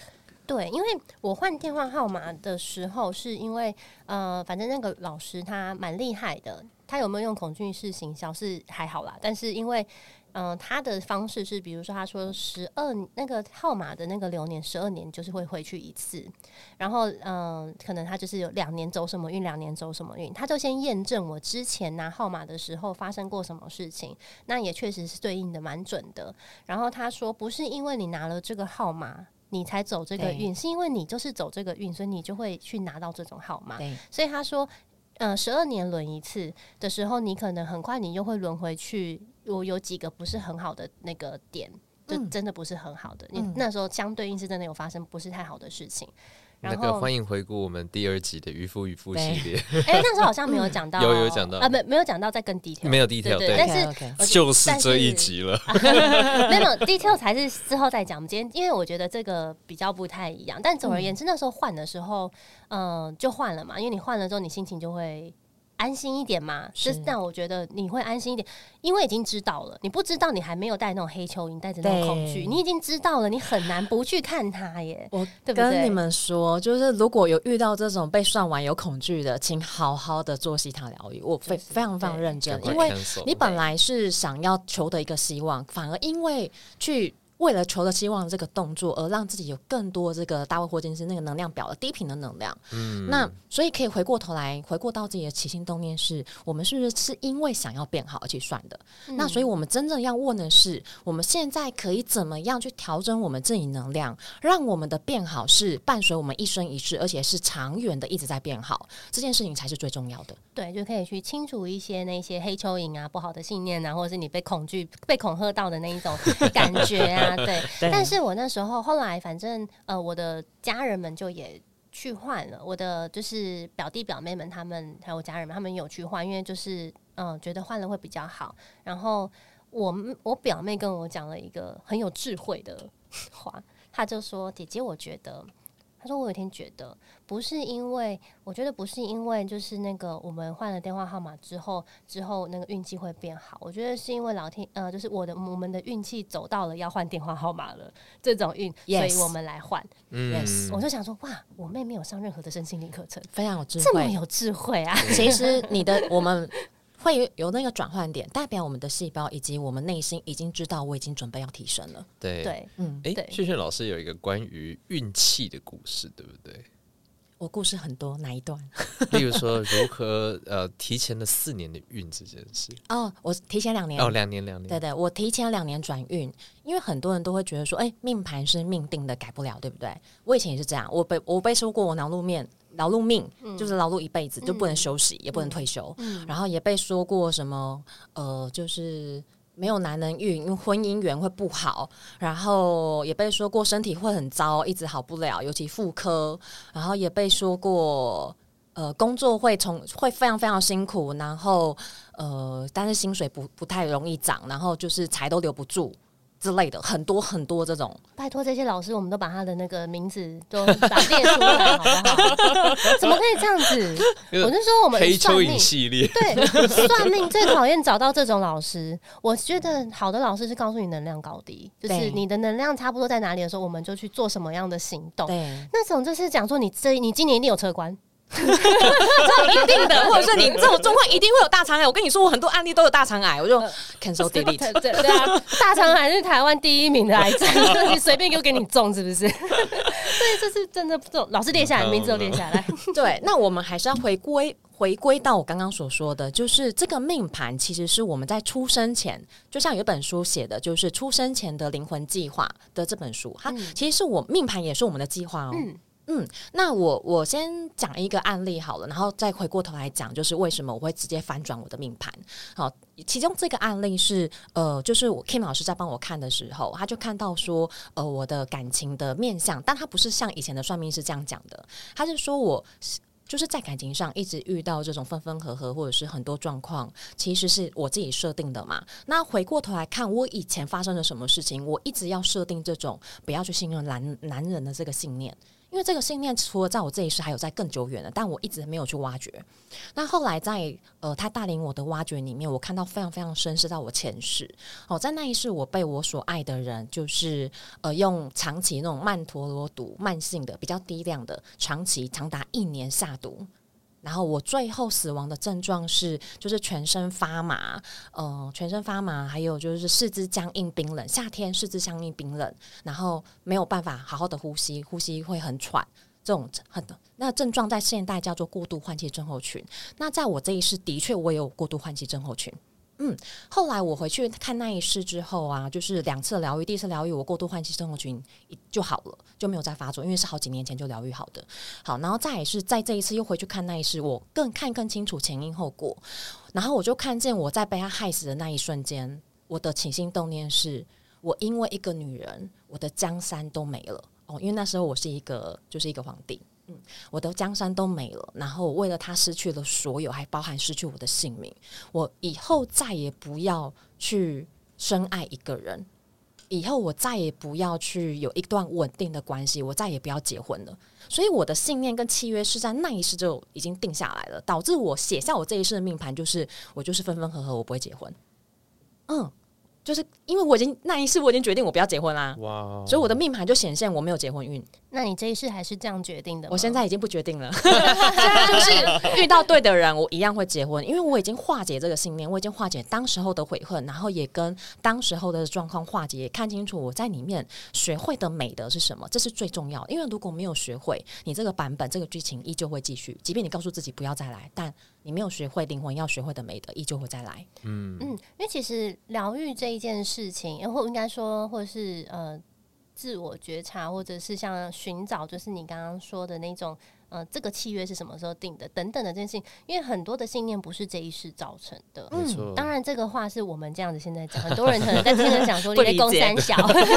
对，因为我换电话号码的时候，是因为呃，反正那个老师他蛮厉害的，他有没有用恐惧式行销是还好啦，但是因为嗯、呃，他的方式是，比如说他说十二那个号码的那个流年十二年就是会回去一次，然后嗯、呃，可能他就是有两年走什么运，两年走什么运，他就先验证我之前拿号码的时候发生过什么事情，那也确实是对应的蛮准的。然后他说，不是因为你拿了这个号码你才走这个运，是因为你就是走这个运，所以你就会去拿到这种号码。所以他说，呃，十二年轮一次的时候，你可能很快你又会轮回去。我有几个不是很好的那个点，就真的不是很好的。嗯、你那时候相对应是真的有发生不是太好的事情。 那个欢迎回顾我们第二集的渔夫渔夫系列。 哎、欸，那时候好像没有讲到， 有有讲到啊，没没有讲到，再跟 detail， 没有 detail， 对， 对，但是 okay, okay. 就是这一集了。 没有 detail 才是之后再讲。我们今天因为我觉得这个比较不太一样，但总而言之，那时候换的时候，嗯、呃，就换了嘛，因为你换了之后，你心情就会安心一点嘛，就是但我觉得你会安心一点，因为已经知道了。你不知道，你还没有带那种黑蚯蚓，带着那种恐惧，你已经知道了，你很难不去看它耶。 我跟你们说，就是如果有遇到这种被算完有恐惧的，请好好的做西塔疗愈。我非非常非常认真，因为你本来是想要求得一个希望，反而因为去。为了求的希望这个动作，而让自己有更多这个大卫霍金斯那个能量表的低频的能量。嗯，那所以可以回过头来，回过到自己的起心动念是，我们是不是是因为想要变好而去算的？嗯、那所以我们真正要问的是，我们现在可以怎么样去调整我们自己能量，让我们的变好是伴随我们一生一世，而且是长远的一直在变好，这件事情才是最重要的。 对，就可以去清除一些那些黑蚯蚓啊、不好的信念啊，或者是你被恐惧、被恐吓到的那一种感觉啊。对，对，但是我那时候后来反正呃，我的家人们就也去换了，我的就是表弟表妹们他们还有家人们他们有去换，因为就是嗯、呃、觉得换了会比较好。然后我我表妹跟我讲了一个很有智慧的话，她就说：“姐姐，我觉得。”他说：“我有一天觉得，不是因为，我觉得不是因为，就是那个我们换了电话号码之后，之后那个运气会变好。我觉得是因为老天，呃，就是我的我们的运气走到了要换电话号码了这种运， yes. 所以我们来换。Yes， 我就想说，哇，我妹没有上任何的身心灵课程， 非常有智慧， 这么有智慧啊！ 其实你的我们。”会有那个转换点，代表我们的细胞以及我们内心已经知道，我已经准备要提升了。 对对， 嗯，哎，炫炫老师有一个关于运气的故事，对不对？ 我故事很多，哪一段？ 例如说，如何呃提前了四年的运这件事。 哦，我提前两年。 哦，两年，两年。 对对，我提前两年转运，因为很多人都会觉得说，哎，命盘是命定的，改不了，对不对？我以前也是这样，我被我被说过，我劳碌命。劳碌命、嗯、就是劳碌一辈子、嗯、就不能休息、嗯、也不能退休、嗯、然后也被说过什么呃，就是没有男人运，因为婚姻缘会不好，然后也被说过身体会很糟，一直好不了，尤其妇科，然后也被说过呃工作会从会非常非常辛苦，然后呃但是薪水不不太容易涨，然后就是财都留不住之类的，很多很多这种。 拜托这些老师，我们都把他的那个名字都打列出来，好不好？怎么可以这样子？我是说我们黑蚯蚓系列， 对，算命最讨厌找到这种老师。我觉得好的老师是告诉你能量高低，就是你的能量差不多在哪里的时候，我们就去做什么样的行动。 对， 那种就是讲说你这你今年一定有车关。 这一定的，或者是你这种状况一定会有大肠癌。我跟你说，我很多案例都有大肠癌，我就 cancel delete。 对对啊，大肠癌是台湾第一名的癌症，你随便就给你中，是不是？对，这是真的。老师列下来，名字都列下来。 对，那我们还是要回归回归到我刚刚所说的，就是这个命盘其实是我们在出生前，就像有一本书写的，就是出生前的灵魂计划的这本书，它其实是我命盘也是我们的计划哦。嗯嗯，那我我先讲一个案例好了，然后再回过头来讲，就是为什么我会直接反转我的命盘。好，其中这个案例是呃，就是我 Kim 老师在帮我看的时候，他就看到说，呃，我的感情的面向，但他不是像以前的算命师这样讲的，他是说我。就是在感情上一直遇到这种分分合合，或者是很多状况，其实是我自己设定的嘛。那回过头来看，我以前发生了什么事情，我一直要设定这种不要去信任男男人的这个信念。 因为这个信念除了在我这一世，还有在更久远的，但我一直没有去挖掘。那后来在呃他带领我的挖掘里面，我看到非常非常深，是到我前世哦，在那一世我被我所爱的人，就是呃用长期那种曼陀罗毒，慢性的比较低量的，长期长达一年下毒。然后我最后死亡的症状是，就是全身发麻，呃，全身发麻，还有就是四肢僵硬冰冷，夏天四肢僵硬冰冷，然后没有办法好好的呼吸，呼吸会很喘，这种很那症状在现代叫做过度换气症候群。那在我这一世，的确我也有过度换气症候群。嗯，后来我回去看那一世之后啊，就是两次疗愈，第一次疗愈我过度换气症候群就好了，就没有再发作，因为是好几年前就疗愈好的。好，然后再也是在这一次又回去看那一世，我更看更清楚前因后果，然后我就看见我在被他害死的那一瞬间，我的起心动念是我因为一个女人，我的江山都没了哦，因为那时候我是一个就是一个皇帝。嗯，我的江山都没了，然后为了他失去了所有，还包含失去我的性命。我以后再也不要去深爱一个人，以后我再也不要去有一段稳定的关系，我再也不要结婚了。所以我的信念跟契约是在那一世就已经定下来了，导致我写下我这一世的命盘，就是我就是分分合合，我不会结婚。嗯。就是因为我已经那一世我已经决定我不要结婚啦，哇！所以我的命盘就显现我没有结婚运。 那你这一世还是这样决定的吗？ 我现在已经不决定了，现在就是遇到对的人，我一样会结婚，因为我已经化解这个信念，我已经化解当时候的悔恨，然后也跟当时候的状况化解，也看清楚我在里面学会的美德是什么，这是最重要的。因为如果没有学会，你这个版本这个剧情依旧会继续，即便你告诉自己不要再来，但你没有学会灵魂要学会的美德，依旧会再来。 嗯嗯，因为其实疗愈这一件事情，或应该说，或是呃自我觉察，或者是像寻找，就是你刚刚说的那种呃这个契约是什么时候定的等等的这件事情，因为很多的信念不是这一世造成的。嗯，当然这个话是我们这样子现在讲，很多人可能在听着讲说你在攻三小，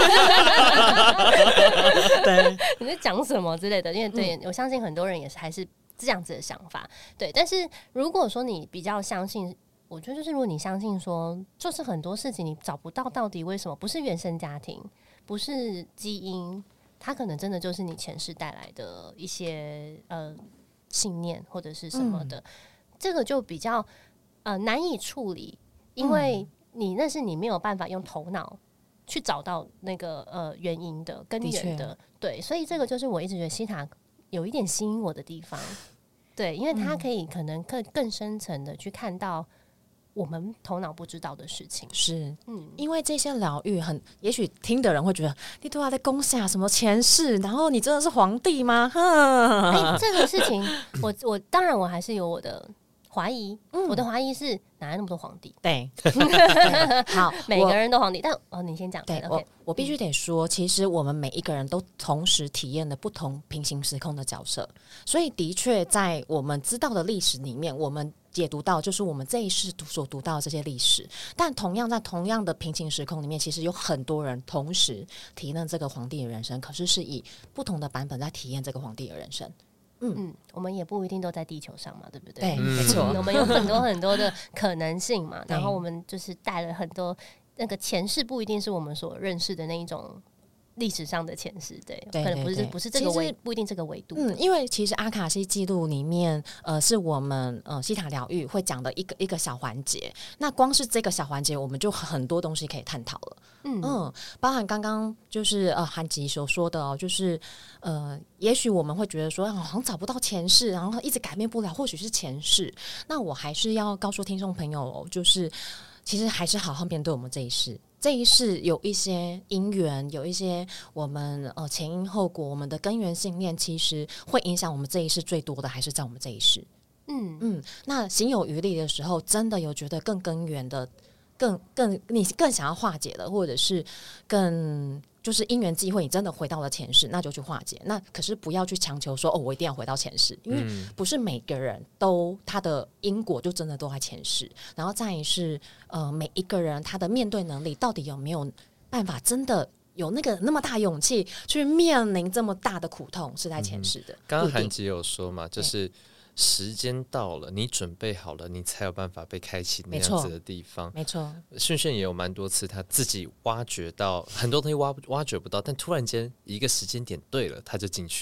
对，你在讲什么之类的。因为对、嗯、我相信很多人也是还是这样子的想法，对。但是如果说你比较相信，我觉得就是如果你相信说，就是很多事情你找不到到底为什么，不是原生家庭，不是基因，它可能真的就是你前世带来的一些呃信念或者是什么的，嗯、这个就比较呃难以处理，因为你那是你没有办法用头脑去找到那个呃原因的根源的，对。所以这个就是我一直觉得西塔有一点吸引我的地方，对，因为它可以可能更更深层的去看到我们头脑不知道的事情。 是，嗯，因为这些疗愈很，也许听的人会觉得你都要在攻下什么前世，然后你真的是皇帝吗？ 哎，这个事情，我我当然我还是有我的怀疑，嗯、我的怀疑是哪来那么多皇帝？ 对，对好， 每个人都皇帝，但哦，你先讲。 对， okay, 我我必须得说，其实我们每一个人都同时体验了不同平行时空的角色，所以的确在我们知道的历史里面，我们解读到就是我们这一世所读到的这些历史，但同样在同样的平行时空里面，其实有很多人同时体验这个皇帝的人生，可是是以不同的版本在体验这个皇帝的人生。 嗯, 嗯，我们也不一定都在地球上嘛，对不对？ 对，没错， 我们有很多很多的可能性嘛。然后我们就是带了很多那个前世，不一定是我们所认识的那一种历史上的前世，对，对对对，可能不是不是这个维，不一定这个维度。 嗯，因为其实阿卡西记录里面，呃，是我们呃西塔疗愈会讲的一个一个小环节。那光是这个小环节，我们就很多东西可以探讨了。嗯嗯，包含刚刚就是呃韩吉所说的哦，就是呃，也许我们会觉得说，好像找不到前世，然后一直改变不了，或许是前世。那我还是要告诉听众朋友哦，就是其实还是好好面对我们这一世。这一世有一些因缘，有一些我们呃前因后果，我们的根源信念，其实会影响我们这一世最多的还是在我们这一世。嗯嗯，那行有余力的时候，真的有觉得更根源的。更更你更想要化解的，或者是更就是因缘际会，你真的回到了前世，那就去化解。那可是不要去强求说哦，我一定要回到前世，因为不是每个人都他的因果就真的都在前世。然后再一是呃，每一个人他的面对能力到底有没有办法，真的有那个那么大勇气去面临这么大的苦痛，是在前世的。 刚刚韩吉有说嘛，就是时间到了，你准备好了，你才有办法被开启那样子的地方。 没错， 炫炫也有蛮多次他自己挖掘到很多东西挖挖掘不到，但突然间一个时间点对了，他就进去了。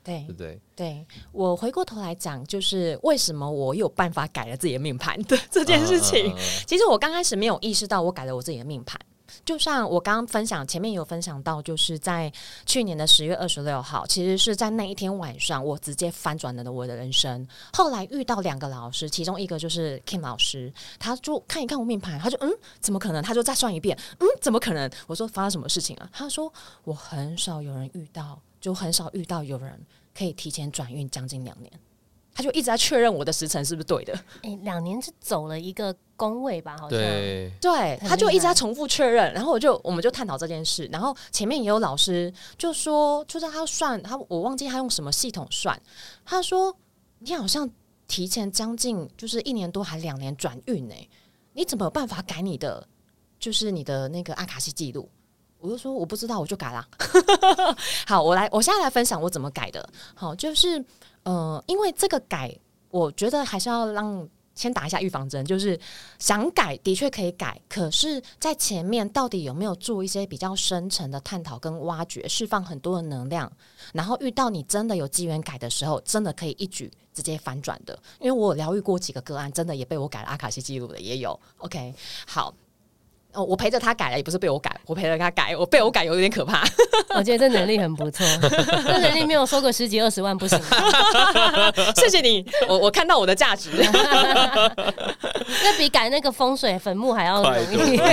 对对不对？ 对，我回过头来讲，就是为什么我有办法改了自己的命盘的这件事情。 啊、 其实我刚开始没有意识到我改了我自己的命盘。就像我刚刚分享，前面有分享到，就是在去年的十月二十六号，其实是在那一天晚上，我直接翻转了我的人生。后来遇到两个老师，其中一个就是 Kim 老师，他就看一看我命盘，他就嗯，怎么可能？他就再算一遍，嗯，怎么可能？我说发生什么事情啊？他说我很少有人遇到，就很少遇到有人可以提前转运将近两年。他就一直在确认我的时辰是不是对的。 哎，两年是走了一个宫位吧？好像对， 对，他就一直在重复确认，然后我就我们就探讨这件事，然后前面也有老师就说，就是他算他，我忘记他用什么系统算，他说你好像提前将近就是一年多还两年转运呢，你怎么有办法改你的就是你的那个阿卡西记录？我就说我不知道，我就改啦。好，我来，我现在来分享我怎么改的。好，就是呃，因为这个改，我觉得还是要让先打一下预防针，就是想改的确可以改，可是在前面到底有没有做一些比较深层的探讨跟挖掘，释放很多的能量，然后遇到你真的有机缘改的时候，真的可以一举直接反转的。因为我有疗愈过几个个案，真的也被我改了阿卡西记录的也有。OK， 好。哦，我陪着他改了，也不是被我改，我陪着他改，我被我改有点可怕。 我觉得这能力很不错，这能力没有收个十几二十万不行。 谢谢你，我我看到我的价值。 那比改那个风水坟墓还要容易。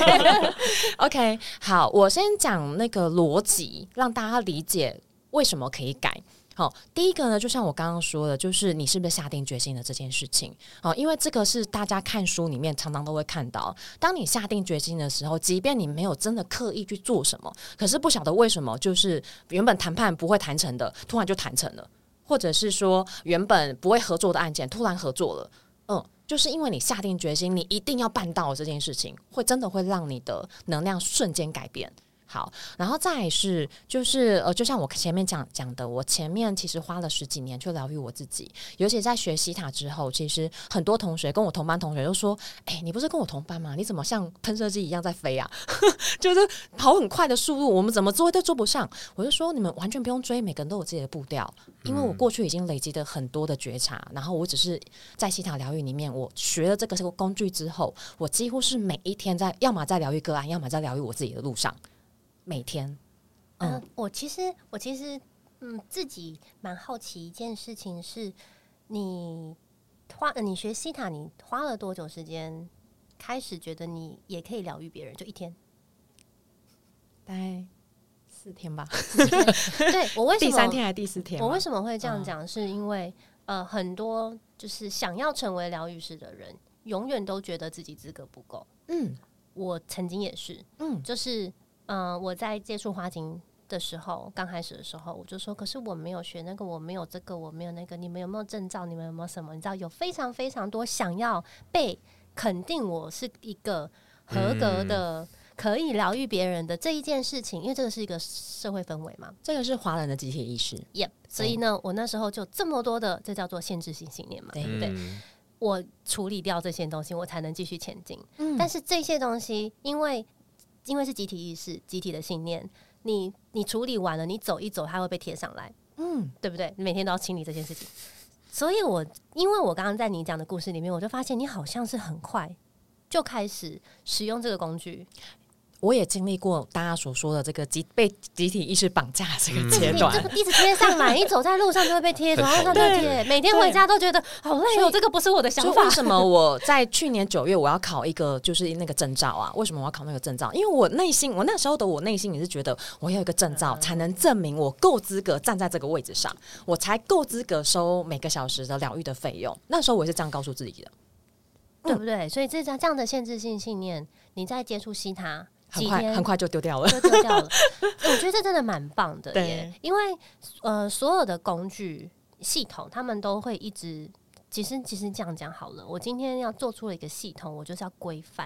OK， 好，我先讲那个逻辑，让大家理解为什么可以改。好，第一个呢，就像我刚刚说的，就是你是不是下定决心的这件事情。好，因为这个是大家看书里面常常都会看到，当你下定决心的时候，即便你没有真的刻意去做什么，可是不晓得为什么，就是原本谈判不会谈成的，突然就谈成了，或者是说原本不会合作的案件，突然合作了。嗯，就是因为你下定决心，你一定要办到这件事情，会真的会让你的能量瞬间改变。好，然后再来是就是呃，就像我前面讲讲的，我前面其实花了十几年去疗愈我自己，尤其在学西塔之后，其实很多同学跟我同班同学都说：“哎、欸，你不是跟我同班吗？你怎么像喷射机一样在飞啊？就是跑很快的速度，我们怎么追都追不上。”我就说：“你们完全不用追，每个人都有自己的步调，因为我过去已经累积了很多的觉察，然后我只是在西塔疗愈里面，我学了这个工具之后，我几乎是每一天在，要么在疗愈个案，要么在疗愈我自己的路上。”每天， 嗯、呃，我其实我其实嗯自己蛮好奇一件事情是，你花你学西塔，你花了多久时间开始觉得你也可以疗愈别人？就一天， 大概四天吧。 对，我为什么第三天还是第四天？ 我为什么会这样讲？嗯、是因为呃，很多就是想要成为疗愈师的人，永远都觉得自己资格不够。嗯，我曾经也是，嗯，就是。嗯、呃，我在接触花精的时候，刚开始的时候，我就说，可是我没有学那个，我没有这个，我没有那个，你们有没有证照？你们有没有什么？你知道，有非常非常多想要被肯定我是一个合格的、嗯、可以疗愈别人的这一件事情，因为这个是一个社会氛围嘛， 这个是华人的集体意识。 Yep， 所以呢，我那时候就这么多的，这叫做限制性信念嘛，对不对？嗯，我处理掉这些东西，我才能继续前进。嗯，但是这些东西，因为因为是集体意识、集体的信念，你你处理完了，你走一走，它会被贴上来，嗯，对不对？你每天都要清理这件事情。所以我因为我刚刚在你讲的故事里面，我就发现你好像是很快就开始使用这个工具。 我也经历过大家所说的这个集被集体意识绑架这个阶段， 这个一直贴上来，你走在路上就会被贴，然后他就贴，每天回家都觉得好累哦，这个不是我的想法。 为什么我在去年九月我要考一个就是那个证照啊？为什么我要考那个证照？因为我内心，我那时候的我内心也是觉得，我要有一个证照才能证明我够资格站在这个位置上，我才够资格收每个小时的疗愈的费用。那时候我也是这样告诉自己的， 对不对？所以这这样的限制性信念，你在接触西塔。 很快很快就丢掉了， 就丢掉了。我觉得这真的蛮棒的耶，因为呃，所有的工具系统，他们都会一直，其实其实这样讲好了。我今天要做出了一个系统，我就是要规范，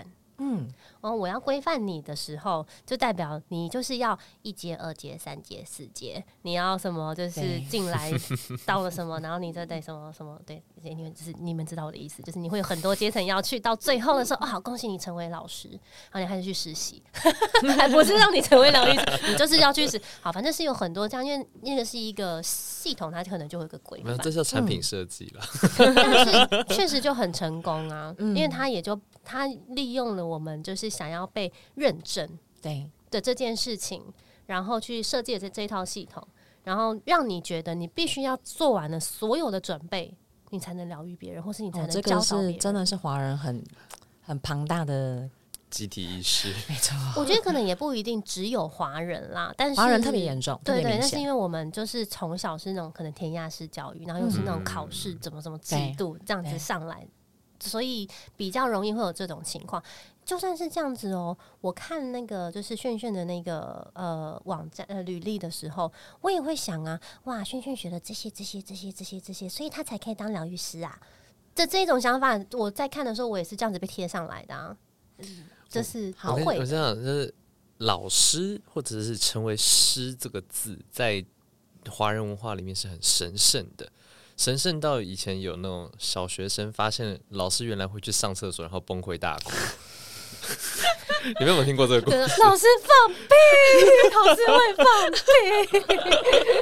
嗯，哦，我要规范你的时候，就代表你就是要一阶、二阶、三阶、四阶，你要什么就是进来到了什么，然后你再得什么什么，对，你们就是你们知道我的意思，就是你会有很多阶层要去，到最后的时候，哦，好，恭喜你成为老师，然后你开始去实习，还不是让你成为疗愈师，你就是要去实，好，反正是有很多这样，因为那个是一个系统，它可能就会有一个规范， 这叫产品设计了， 嗯、但是确实就很成功啊，嗯、因为它也就。他利用了我们就是想要被认证对的这件事情，然后去设计了这这一套系统，然后让你觉得你必须要做完了所有的准备，你才能疗愈别人，或是你才能教导别人。 哦、这个是真的是华人很很庞大的集体意识， 没错。 我觉得可能也不一定只有华人啦，但是华人特别严重， 对 对, 对，但是因为我们就是从小是那种可能填鸭式教育，然后又是那种考试怎么怎么制度这样子上来。所以比较容易会有这种情况，就算是这样子哦。我看那个就是炫炫的那个呃网站呃履历的时候，我也会想啊，哇，炫炫学了这些这些这些这些这些，所以他才可以当疗愈师啊。这这种想法，我在看的时候，我也是这样子被贴上来的啊。嗯，这是好会。 我这样就是老师或者是成为师这个字，在华人文化里面是很神圣的。神圣到以前有那种小学生发现老师原来会去上厕所，然后崩溃大哭。你们有没有听过这个故事？ 老师放屁，老师会放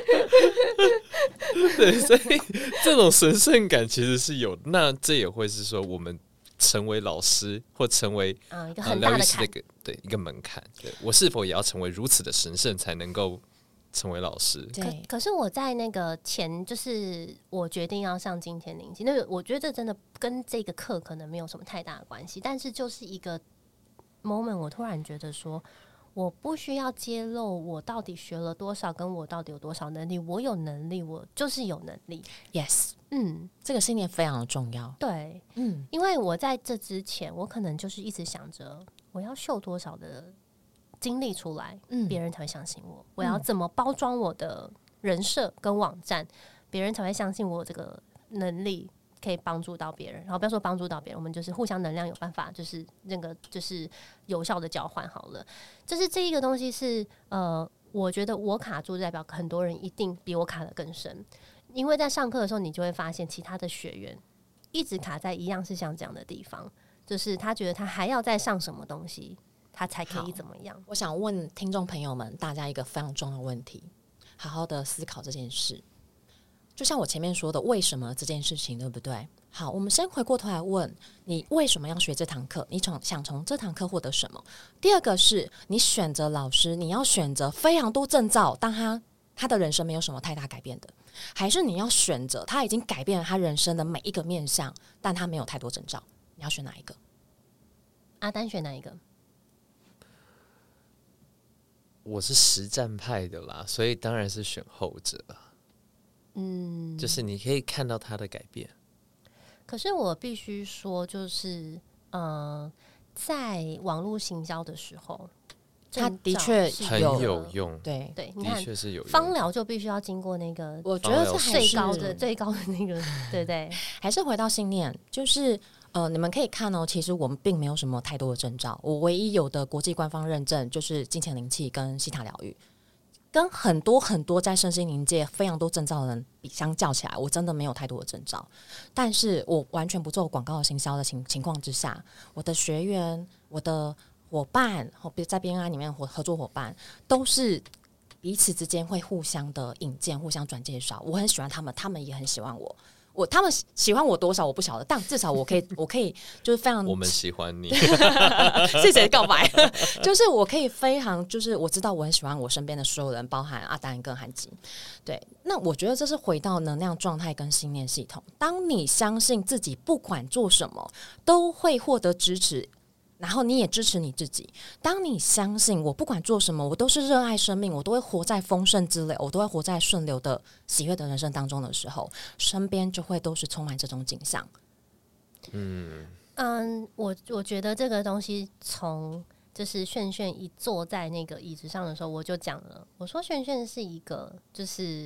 屁。对，所以这种神圣感其实是有。那这也会是说，我们成为老师或成为啊、嗯、一个很大的坎， 呃、一个对一个门槛。对，我是否也要成为如此的神圣，才能够成为老师？ 可可是我在那个前，就是我决定要上金钱灵气，那个我觉得这真的跟这个课可能没有什么太大的关系，但是就是一个 moment， 我突然觉得说，我不需要揭露我到底学了多少，跟我到底有多少能力，我有能力，我就是有能力。 Yes， 嗯， 这个信念非常的重要。 对，嗯，因为我在这之前，我可能就是一直想着我要秀多少的经历出来，嗯，别人才会相信我。我要怎么包装我的人设跟网站，别人才会相信我有这个能力可以帮助到别人。然后不要说帮助到别人，我们就是互相能量有办法，就是那个就是有效的交换好了。就是这一个东西是呃，我觉得我卡住，代表很多人一定比我卡得更深。因为在上课的时候，你就会发现其他的学员一直卡在一样是像这样的地方，就是他觉得他还要再上什么东西，他才可以怎么样。 我想问听众朋友们大家一个非常重要的问题，好好的思考这件事。就像我前面说的，为什么这件事情，对不对？好，我们先回过头来问你为什么要学这堂课，你想从这堂课获得什么。第二个是你选择老师，你要选择非常多证照，当他他的人生没有什么太大改变的，还是你要选择他已经改变了他人生的每一个面向，但他没有太多证照，你要选哪一个？ 阿丹选哪一个？ 我是实战派的啦，所以当然是选后者。嗯，就是你可以看到他的改变。 可是我必须说，就是呃，在网络行销的时候， 他的确很有用。 对对， 你看， 的确是有用。 芳疗就必须要经过那个， 我觉得是最高的最高的那个，对不对？ 还是回到信念，就是呃，你们可以看哦，其实我们并没有什么太多的证照，我唯一有的国际官方认证就是金钱灵气跟西塔疗愈。跟很多很多在身心灵界非常多证照的人比相较起来，我真的没有太多的证照。但是我完全不做广告行销的情情况之下，我的学员、我的伙伴，在 B N I 里面合作伙伴，都是彼此之间会互相的引荐、互相转介绍。我很喜欢他们，他们也很喜欢我。我他们喜欢我多少我不晓得，但至少我可以，我可以就是非常我们喜欢你， 是谁告白？就是我可以非常，就是我知道我很喜欢我身边的所有人，包含阿丹跟韩吉。对，那我觉得这是回到能量状态跟信念系统。当你相信自己不管做什么都会获得支持，然后你也支持你自己。当你相信我不管做什么，我都是热爱生命，我都会活在丰盛之流，我都会活在顺流的喜悦的人生当中的时候，身边就会都是充满这种景象。 嗯嗯，我我觉得这个东西从就是炫炫一坐在那个椅子上的时候，我就讲了，我说炫炫是一个就是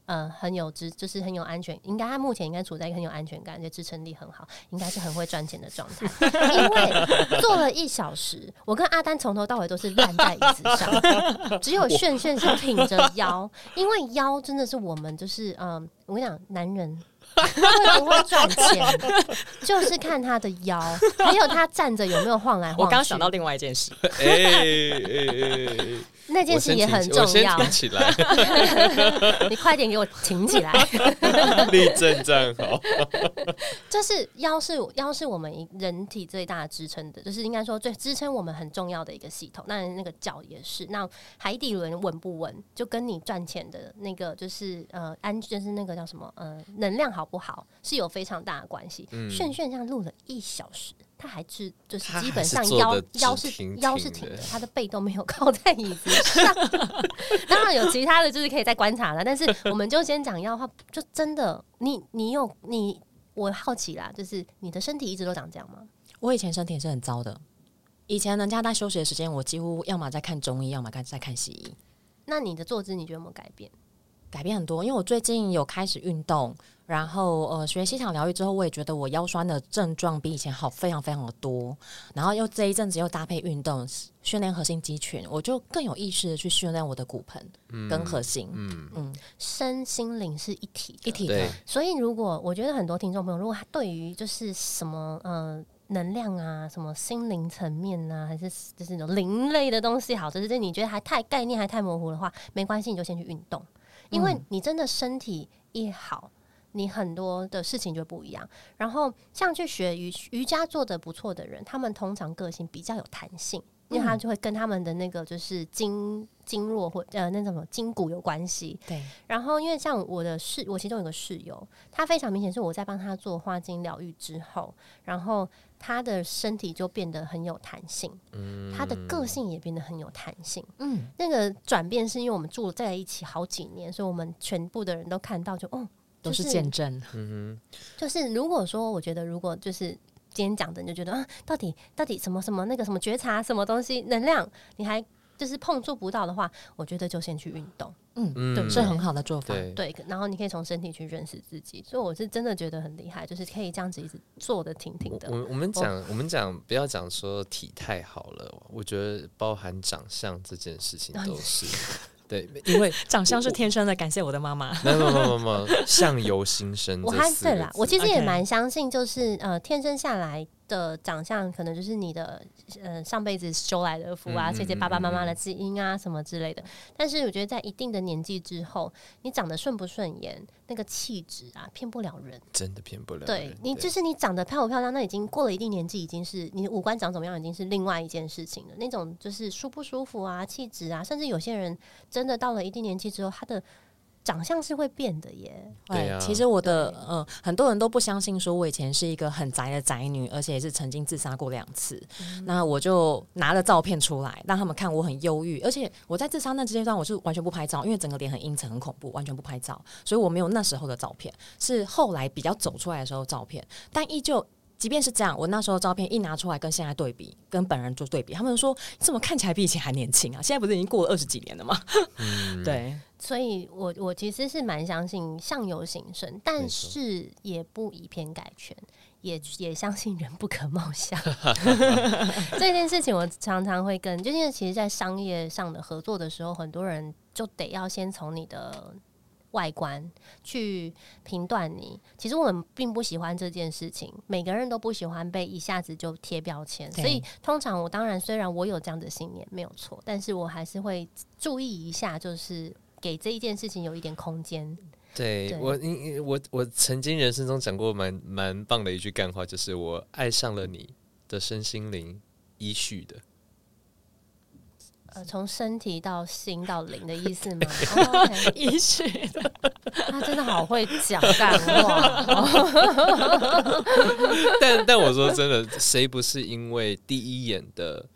呃很有支，就是很有安全，应该他目前应该处在一个很有安全感，而且支撑力很好，应该是很会赚钱的状态。因为做了一小时，我跟阿丹从头到尾都是烂在椅子上，只有炫炫是挺着腰，因为腰真的是我们就是嗯、呃，我跟你讲，男人。会不会赚钱，就是看他的腰，还有他站着有没有晃来晃去。 我刚想到另外一件事， 哎哎哎， 那件事也很重要。 我先挺起来， 你快点给我挺起来， 立正站好。 就是腰是腰是我们人体最大的支撑的，就是应该说最支撑我们很重要的一个系统。那那个脚也是，那海底轮稳不稳，就跟你赚钱的那个就是呃安，就是那个叫什么呃能量好不好是有非常大的关系。嗯、炫炫这样录了一小时。他还是就是基本上腰腰是腰是挺的，他的背都没有靠在椅子上。当然有其他的就是可以再观察了，但是我们就先讲腰的话，就真的你你有你我好奇啦，就是你的身体一直都长这样吗？ 我以前身体也是很糟的，以前人家在休息的时间，我几乎要么在看中医，要么在看西医。 那你的坐姿你觉得有没有改变？ 改变很多，因为我最近有开始运动，然后呃学西塔疗愈之后，我也觉得我腰酸的症状比以前好非常非常的多。然后又这一阵子又搭配运动，训练核心肌群，我就更有意识的去训练我的骨盆跟核心。嗯 嗯, 嗯， 身心灵是一体一体的。 所以如果我觉得很多听众朋友，如果他对于就是什么呃。能量啊，什么心灵层面啊，还是就是那种灵类的东西，好，就是你觉得还太概念还太模糊的话，没关系，你就先去运动，因为你真的身体一好，你很多的事情就不一样。然后像去学瑜瑜伽做得不错的人，他们通常个性比较有弹性，因为他就会跟他们的那个就是经经络或呃那种筋骨有关系。 对。 然后因为像我的室，我其中有个室友，他非常明显是我在帮他做花精疗愈之后，然后他的身体就变得很有弹性，嗯，他的个性也变得很有弹性。嗯，那个转变是因为我们住在一起好几年，所以我们全部的人都看到就，就哦， 都是见证。 嗯哼，就是如果说，我觉得如果就是今天讲的，你就觉得啊，到底到底什么什么那个什么觉察什么东西能量，你还就是碰触不到的话，我觉得就先去运动。 嗯，对，是很好的做法。 对，对，然后你可以从身体去认识自己，所以我是真的觉得很厉害，就是可以这样子一直做的挺挺的。 我我们讲，我们讲，不要讲说体态好了，我觉得包含长相这件事情都是。对，因为长相是天生的，感谢我的妈妈。 没有没有没有，相由心生。 我还对啦，我其实也蛮相信，就是呃，天生下来的长相，可能就是你的呃上辈子修来的福啊，谢谢爸爸妈妈的基因啊什么之类的。但是我觉得在一定的年纪之后，你长得顺不顺眼，那个气质啊，骗不了人， 真的骗不了人。 对你就是你长得漂不漂亮，那已经过了一定年纪，已经是你的五官长怎么样，已经是另外一件事情了。那种就是舒不舒服啊，气质啊，甚至有些人真的到了一定年纪之后，他的长相是会变的耶。 对啊，其实我的呃，很多人都不相信，说我以前是一个很宅的宅女，而且也是曾经自杀过两次。嗯、那我就拿了照片出来，让他们看我很忧郁，而且我在自杀那阶段，我是完全不拍照，因为整个脸很阴沉、很恐怖，完全不拍照，所以我没有那时候的照片，是后来比较走出来的时候照片，但依旧。即便是这样，我那时候照片一拿出来跟现在对比，跟本人做对比，他们说你怎么看起来比以前还年轻啊？现在不是已经过了二十几年了吗？嗯、对， 所以我我其实是蛮相信相由心生，但是也不以偏概全，也也相信人不可貌相。这件事情我常常会跟，就因为其实，在商业上的合作的时候，很多人就得要先从你的外观去评断你，其实我们并不喜欢这件事情，每个人都不喜欢被一下子就贴标签，所以通常我当然虽然我有这样的信念没有错，但是我还是会注意一下，就是给这一件事情有一点空间。 对, 对我我我曾经人生中讲过蛮蛮棒的一句干话，就是我爱上了你的身心灵依序的。 呃，从身体到心到灵的意思吗？ 依序的， 他真的好会讲干话。 但但我说真的，谁不是因为第一眼的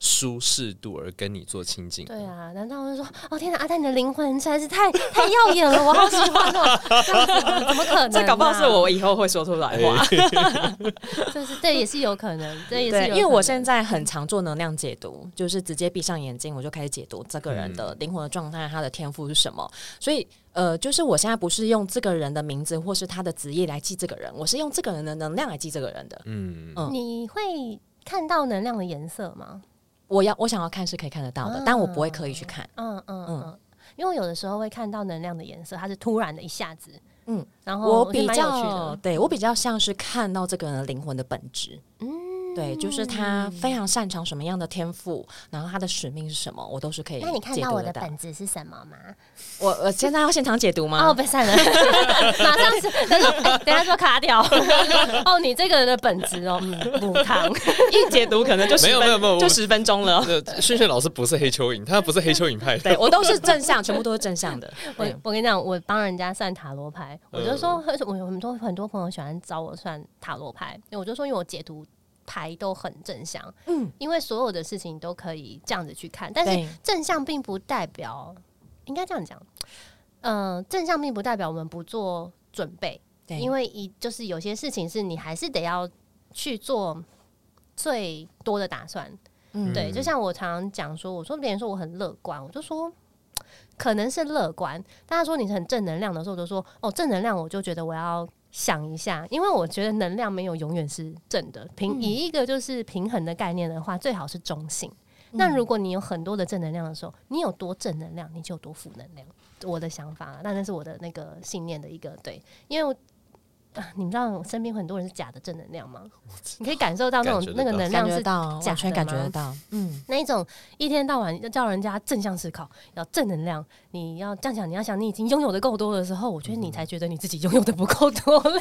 舒适度而跟你做亲近。 对啊，难道我就说哦天哪，阿丹你的灵魂实在是太太耀眼了，我好喜欢哦，怎么可能、啊？ 这搞不好是我以后会说出来话， 这是这也是有可能，这也是有可能， 因为我现在很常做能量解读，就是直接闭上眼睛我就开始解读这个人的灵魂的状态，他的天赋是什么，所以。呃，就是我现在不是用这个人的名字或是他的职业来记这个人，我是用这个人的能量来记这个人的。嗯嗯， 你会看到能量的颜色吗？ 我要我想要看是可以看得到的，啊、但我不会刻意去看。 嗯嗯嗯，因为有的时候会看到能量的颜色，它是突然的一下子。嗯，然后我比较对我比较像是看到这个人的灵魂的本质。嗯。对，就是他非常擅长什么样的天赋，然后他的使命是什么，我都是可以解读得到。 那你看到我的本质是什么吗？ 我我现在要现场解读吗？ 哦，不算了，马上是等下、欸、等下说卡掉。哦，你这个人的本质哦，母汤一解读可能就没有没有没有就十分钟了。 炫炫老师不是黑蚯蚓，他不是黑蚯蚓派的， 对我都是正向，全部都是正向的。 我我跟你讲，我帮人家算塔罗牌，我就说，我有很多很多朋友喜欢找我算塔罗牌，我就说，因为我解读。牌都很正向，嗯，因为所有的事情都可以这样子去看，但是正向并不代表，应该这样讲，呃，正向并不代表我们不做准备，因为一就是有些事情是你还是得要去做最多的打算，嗯，对，就像我常常讲说，我说别人说我很乐观，我就说可能是乐观，大家说你很正能量的时候，我就说哦，正能量，我就觉得我要。想一下，因为我觉得能量没有永远是正的，平以一个就是平衡的概念的话，最好是中性。嗯、那如果你有很多的正能量的时候，你有多正能量，你就有多负能量。我的想法啦，但那是我的那个信念的一个对，因为我。啊、你们知道我身边很多人是假的正能量吗？你可以感受到那种那个能量是假的吗？ 完全感觉得到，嗯， 那一种一天到晚叫人家正向思考，要正能量，你要这样想，你要想你已经拥有的够多的时候，我觉得你才觉得你自己拥有的不够多嘞。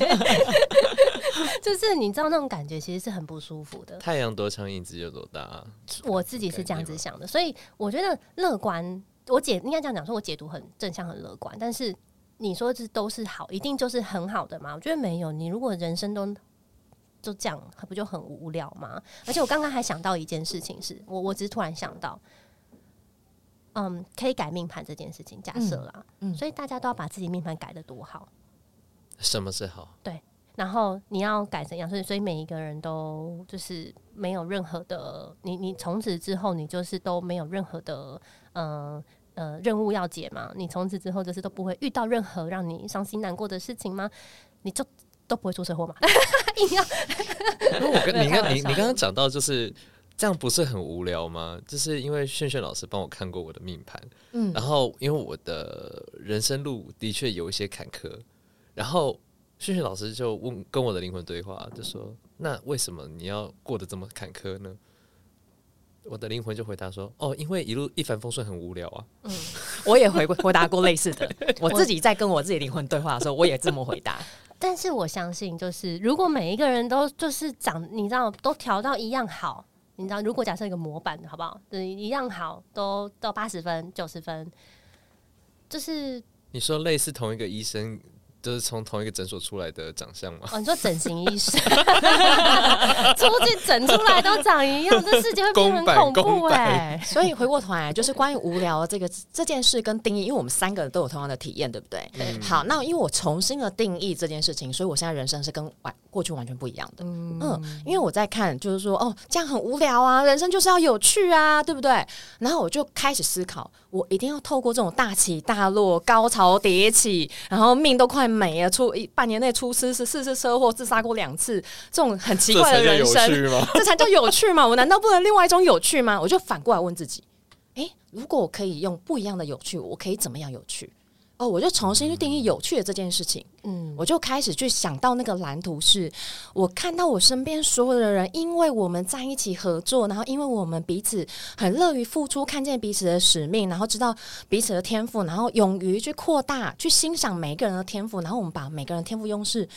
就是你知道那种感觉其实是很不舒服的。 太阳多强，影子就多大、啊。 我自己是这样子想的，所以我觉得乐观，我解应该这样讲，说我解读很正向、很乐观，但是。你说这都是好，一定就是很好的吗？我觉得没有。你如果人生都就这样，不就很无聊吗？而且我刚刚还想到一件事情是，是我我只是突然想到，嗯，可以改命盘这件事情，假设啦、嗯嗯，所以大家都要把自己命盘改得多好。 什么是好？ 对，然后你要改怎样？所以所以每一个人都就是没有任何的，你你从此之后你就是都没有任何的，嗯。呃，任务要解嘛？你从此之后就是都不会遇到任何让你伤心难过的事情吗？你就都不会出车祸嘛？硬要因为我跟你刚你你刚刚讲到，就是这样，不是很无聊吗？就是因为炫炫老师帮我看过我的命盘，嗯，然后因为我的人生路的确有一些坎坷，然后炫炫老师就问跟我的灵魂对话，就说：“那为什么你要过得这么坎坷呢？”我的灵魂就回答说：“哦，因为一路一帆风顺很无聊啊。”嗯， 我也回回答过类似的。我自己在跟我自己灵魂对话的时候，我也这么回答。 但是我相信，就是如果每一个人都就是长，你知道，都调到一样好，你知道，如果假设一个模板，好不好？就是一样好，都到八十分、九十分，就是你说类似同一个医生。就是从同一个诊所出来的长相吗？ 哦，你说整形医师出去整出来都长一样，这世界会变很恐怖哎、 欸。所以回过头来，就是关于无聊这个这件事跟定义，因为我们三个都有同样的体验，对不对？嗯、好，那因为我重新的定义这件事情，所以我现在人生是跟完过去完全不一样的。嗯, 嗯，因为我在看，就是说，哦，这样很无聊啊，人生就是要有趣啊，对不对？然后我就开始思考，我一定要透过这种大起大落、高潮迭起，然后命都快没了，出一半年内出四次四次车祸，自杀过两次，这种很奇怪的人生，这才叫有趣吗？我难道不能另外一种有趣吗？我就反过来问自己，哎，如果我可以用不一样的有趣，我可以怎么样有趣？哦，我就重新去定义有趣的这件事情。嗯，我就开始去想到那个蓝图是，我看到我身边所有的人，因为我们在一起合作，然后因为我们彼此很乐于付出，看见彼此的使命，然后知道彼此的天赋，然后勇于去扩大，去欣赏每一个人的天赋，然后我们把每个人的天赋优势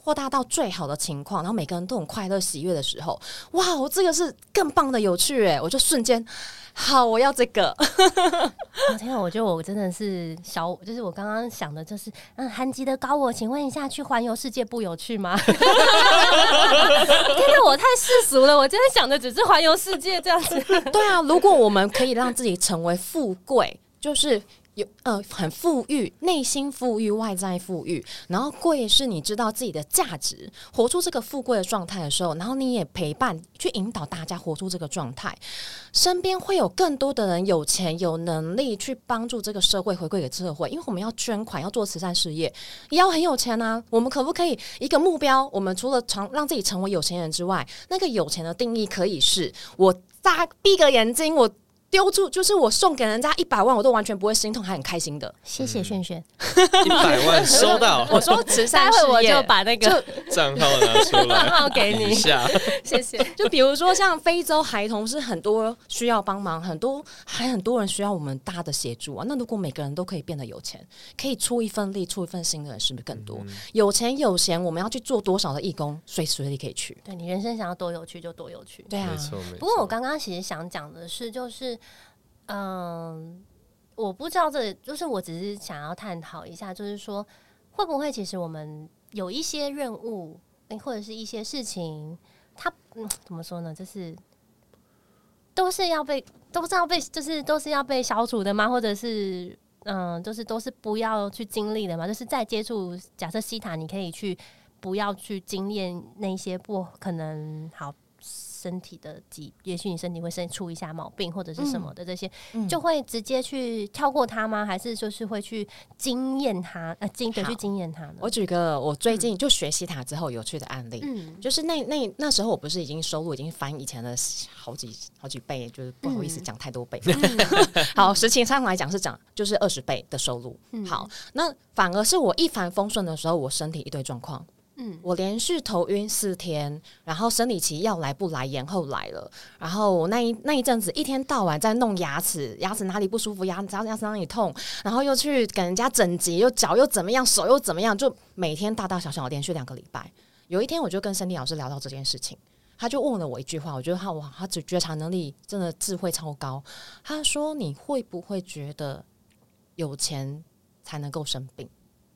扩大到最好的情况，然后每个人都很快乐喜悦的时候，哇，我这个是更棒的有趣哎！我就瞬间好，我要这个。 天啊，我觉得我真的是小，就是我刚刚想的就是，嗯，韩籍的高我，请问一下，去环游世界不有趣吗？天哪，我太世俗了，我真的想的只是环游世界这样子。 对啊，如果我们可以让自己成为富贵，就是有呃很富裕，内心富裕，外在富裕，然后贵是你知道自己的价值，活出这个富贵的状态的时候，然后你也陪伴去引导大家活出这个状态，身边会有更多的人有钱有能力去帮助这个社会，回馈给社会，因为我们要捐款要做慈善事业也要很有钱啊。我们可不可以一个目标，我们除了成让自己成为有钱人之外，那个有钱的定义可以是我大闭个眼睛，我丢出就是我送给人家一百万，我都完全不会心痛，还很开心的。 谢谢萱萱， 一百万收到。 我说慈善事业， 待会我就把那个账号拿出来， 账号给你。谢谢。 就比如说像非洲孩童是很多需要帮忙，很多还很多人需要我们大家的协助啊。那如果每个人都可以变得有钱，可以出一份力，出一份心的人是不是更多？嗯、有钱有闲，我们要去做多少的义工，随时随地可以去。 对，你人生想要多有趣就多有趣。 对啊， 没错没错。 不过我刚刚其实想讲的是，就是嗯，我不知道这，就是我只是想要探讨一下，就是说会不会其实我们有一些任务，或者是一些事情，它嗯怎么说呢？就是都是要被，都是要被，就是都是要被消除的吗？或者是嗯，就是都是不要去经历的吗？就是在接触，假设西塔，你可以去不要去经验那些不可能好。身体的疾，也许你身体会生出一下毛病或者是什么的，这些、嗯、就会直接去跳过它吗？还是就是会去经验它？呃，经得去经验它呢？ 我举个我最近就学西塔之后有趣的案例，嗯，就是那那那时候我不是已经收入已经翻以前的好几好几倍，就是不好意思讲太多倍。嗯、好，实情上来讲是讲就是二十倍的收入。嗯、好，那反而是我一帆风顺的时候，我身体一堆状况。嗯，我连续头晕四天，然后生理期要来不来，延后来了，然后我那一那一阵子一天到晚在弄牙齿，牙齿哪里不舒服，牙牙齿哪里痛，然后又去给人家整脊，又脚又怎么样，手又怎么样，就每天大大小小连续两个礼拜。有一天我就跟森迪老师聊到这件事情，他就问了我一句话，我觉得他哇，他觉察能力真的智慧超高。他说：“你会不会觉得有钱才能够生病？”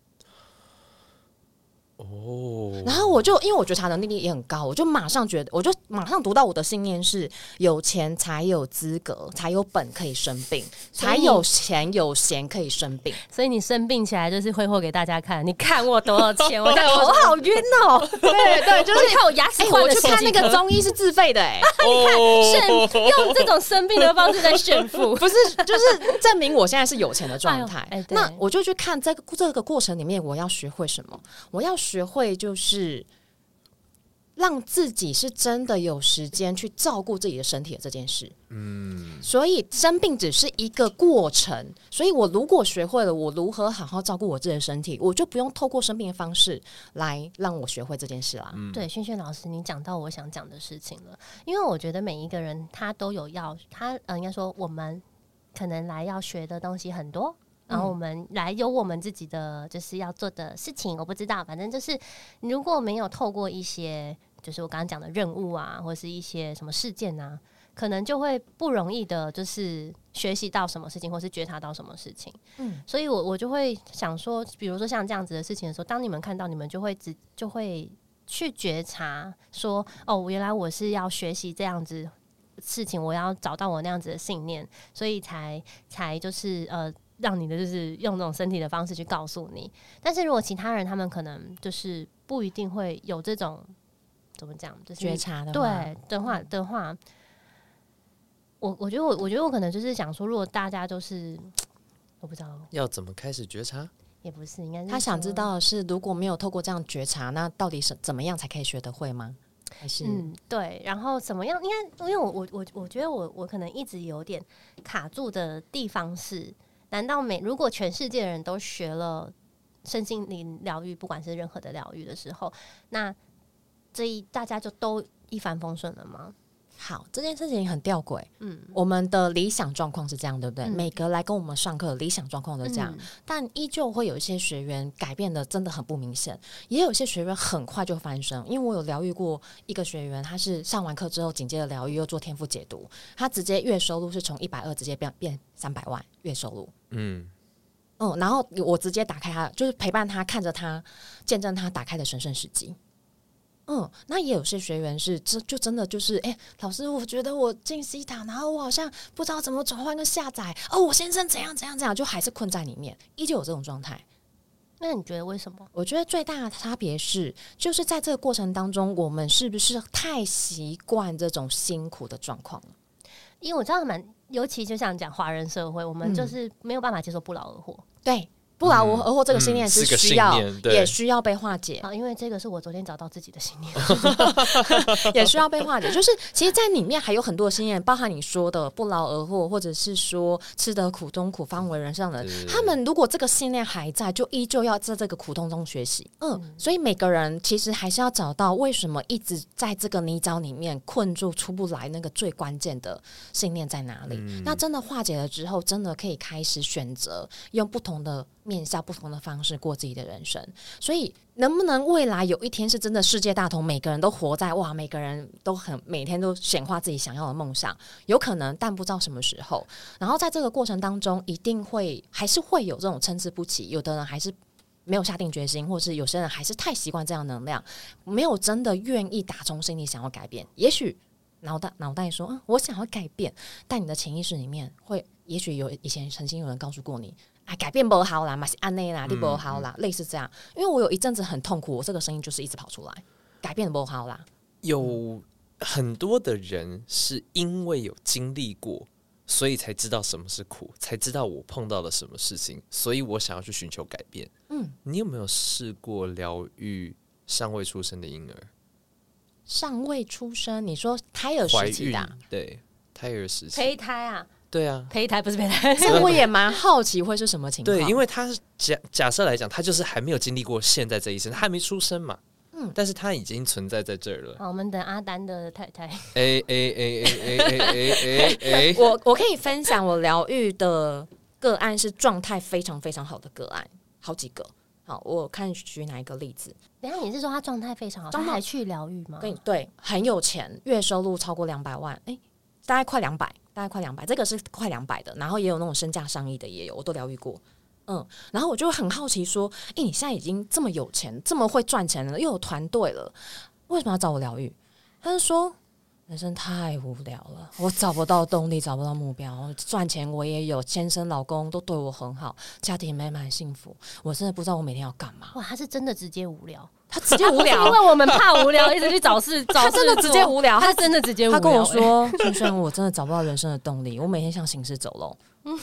哦，然后我就因为我觉察能力也很高，我就马上觉得，我就马上读到我的信念是：有钱才有资格，才有本可以生病，才有钱有闲可以生病。 所以你生病起来就是挥霍给大家看，你看我多少钱，我的头好晕哦。 对对，就是看我牙齿换了、欸、 我去看那个中医是自费的哎、欸， 你看炫用这种生病的方式在炫富， 不是就是证明我现在是有钱的状态。 哎、 那我就去看这个这个过程里面，我要学会什么？我要学会就是让自己是真的有时间去照顾自己的身体的这件事。嗯，所以生病只是一个过程。所以我如果学会了我如何好好照顾我自己的身体，我就不用透过生病的方式来让我学会这件事啦。 嗯、对，萱萱老师，你讲到我想讲的事情了。因为我觉得每一个人他都有要他呃，应该说我们可能来要学的东西很多。然后我们来有我们自己的就是要做的事情，我不知道，反正就是如果没有透过一些就是我刚刚讲的任务啊，或者是一些什么事件啊，可能就会不容易的，就是学习到什么事情，或是觉察到什么事情。嗯，所以我我就会想说，比如说像这样子的事情的时候，当你们看到，你们就会只就会去觉察说，哦，原来我是要学习这样子事情，我要找到我那样子的信念，所以才才就是呃。让你的就是用那种身体的方式去告诉你，但是如果其他人他们可能就是不一定会有这种怎么讲，就是觉察的话， 对的话的话，我我觉得我我觉得我可能就是想说，如果大家都是我不知道要怎么开始觉察， 也不是，应该是他想知道的是，如果没有透过这样觉察，那到底是怎么样才可以学得会吗？还是嗯，对，然后怎么样？应该因为我我我我觉得我我可能一直有点卡住的地方是。难道每如果全世界的人都学了身心灵疗愈，不管是任何的疗愈的时候，那这一大家就都一帆风顺了吗？ 好，这件事情很吊诡。嗯，我们的理想状况是这样，对不对？嗯、每个来跟我们上课的理想状况都这样，嗯、但依旧会有一些学员改变的真的很不明显，也有一些学员很快就翻身。因为我有疗愈过一个学员，他是上完课之后紧接着疗愈又做天赋解读，他直接月收入是从一百二直接变变三百万月收入。嗯。嗯，然后我直接打开他，就是陪伴他，看着他，见证他打开的神圣时机。嗯，那也有些学员是这就真的就是，哎、欸，老师，我觉得我进西塔，然后我好像不知道怎么转换跟下载，哦，我先生怎样怎样怎样，就还是困在里面，依旧有这种状态。 那你觉得为什么？ 我觉得最大的差别是，就是在这个过程当中，我们是不是太习惯这种辛苦的状况了？ 因为我知道蛮，尤其就像讲华人社会，我们就是没有办法接受不劳而获。 嗯、对。不劳而获这个信念是需要、嗯、也需要被化解、 啊、因为这个是我昨天找到自己的信念也需要被化解。就是其实在里面还有很多信念，包含你说的不劳而获，或者是说吃得苦中苦方为人上人，他们如果这个信念还在，就依旧要在这个苦痛中学习。嗯，所以每个人其实还是要找到为什么一直在这个泥沼里面困住出不来，那个最关键的信念在哪里、嗯、那真的化解了之后，真的可以开始选择用不同的面向不同的方式过自己的人生。所以能不能未来有一天是真的世界大同，每个人都活在哇，每个人都很每天都显化自己想要的梦想，有可能，但不知道什么时候。然后在这个过程当中一定会还是会有这种参差不齐，有的人还是没有下定决心，或是有些人还是太习惯这样的能量，没有真的愿意打从心里想要改变。也许脑袋脑袋说、嗯、我想要改变，但你的潜意识里面会也许有以前曾经有人告诉过你啊，改变不好啦，嘛是安内啦，你不好啦、嗯，类似这样。因为我有一阵子很痛苦，我这个声音就是一直跑出来，改变不好啦。 有很多的人是因为有经历过，所以才知道什么是苦，才知道我碰到了什么事情，所以我想要去寻求改变。嗯，你有没有试过疗愈尚未出生的婴儿？ 尚未出生，你说胎儿时期的、啊？ 对，胎儿时期， 胚胎啊。 对啊， 胚胎不是胚胎， 这我也蛮好奇会是什么情况。 对，因为他假假设来讲，他就是还没有经历过现在这一生，他还没出生嘛，嗯，但是他已经存在在这儿了。 好，我们等阿丹的太太。 哎哎哎哎哎哎哎， 我我可以分享我疗愈的个案是状态非常非常好的个案，好几个。好，我看举哪一个例子？ 等一下你是说他状态非常好，他还去疗愈吗？ 对对，很有钱，月收入超过两百万，哎，大概快两百。大概快两百，这个是快两百的，然后也有那种身价上亿的，也有，我都疗愈过。嗯，然后我就很好奇说，哎、欸，你现在已经这么有钱，这么会赚钱了，又有团队了，为什么要找我疗愈？他就说，人生太无聊了，我找不到动力，找不到目标，赚钱我也有，先生老公都对我很好，家庭美满幸福，我真的不知道我每天要干嘛。 哇，他是真的直接无聊。 他直接无聊， 因为我们怕无聊，一直去找事找事。 他真的直接无聊， 他真的直接无聊。 他跟我说：“萱萱，我真的找不到人生的动力，我每天像行尸走肉。”嗯，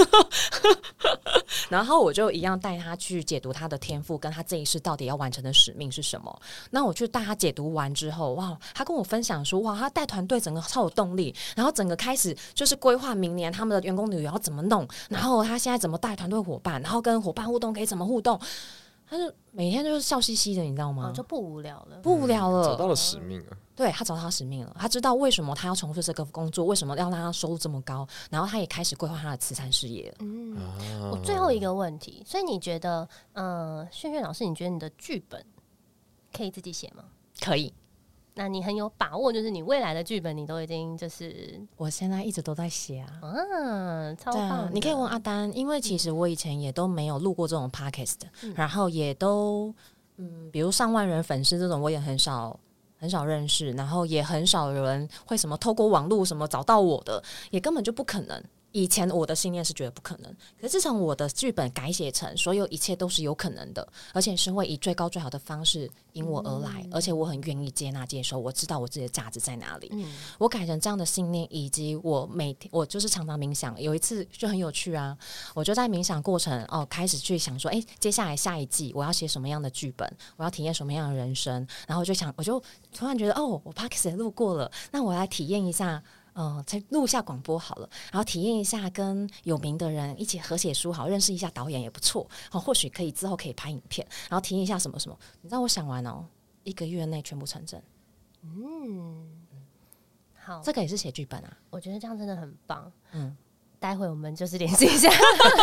然后我就一样带他去解读他的天赋，跟他这一世到底要完成的使命是什么。那我去带他解读完之后，哇，他跟我分享说：“哇，他带团队整个超有动力，然后整个开始就是规划明年他们的员工旅游要怎么弄，然后他现在怎么带团队伙伴，然后跟伙伴互动可以怎么互动。”他就每天就是笑嘻嘻的，你知道吗？ 哦、就不无聊了， 不无聊了， 找到了使命了。 对，他找到他使命了，他知道为什么他要从事这个工作，为什么要让他收入这么高，然后他也开始规划他的慈善事业了。 嗯，啊、我最后一个问题，所以你觉得，呃，萱萱老师，你觉得你的剧本可以自己写吗？ 可以。 那你很有把握，就是你未来的剧本，你都已经就是我现在一直都在写啊， 啊，超棒、啊！ 你可以问阿丹，因为其实我以前也都没有录过这种 podcast，、嗯、然后也都嗯，比如上万人粉丝这种，我也很少很少认识，然后也很少有人会什么透过网络什么找到我的，也根本就不可能。以前我的信念是觉得不可能，可是自从我的剧本改写成所有一切都是有可能的，而且是会以最高最好的方式因我而来、嗯、而且我很愿意接纳接受，我知道我自己的价值在哪里、嗯、我改成这样的信念，以及我每天我就是常常冥想，有一次就很有趣啊，我就在冥想过程哦开始去想说，哎、欸，接下来下一季我要写什么样的剧本，我要体验什么样的人生，然后我就想我就突然觉得哦，我 Podcast 也录过了，那我来体验一下呃，才录一下广播好了，然后体验一下跟有名的人一起合写书好，认识一下导演也不错，好，或许可以之后可以拍影片，然后体验一下什么什么。你知道我想完哦，一个月内全部成真。 嗯， 好， 这个也是写剧本啊， 我觉得这样真的很棒。 嗯， 待会我们就是联系一下。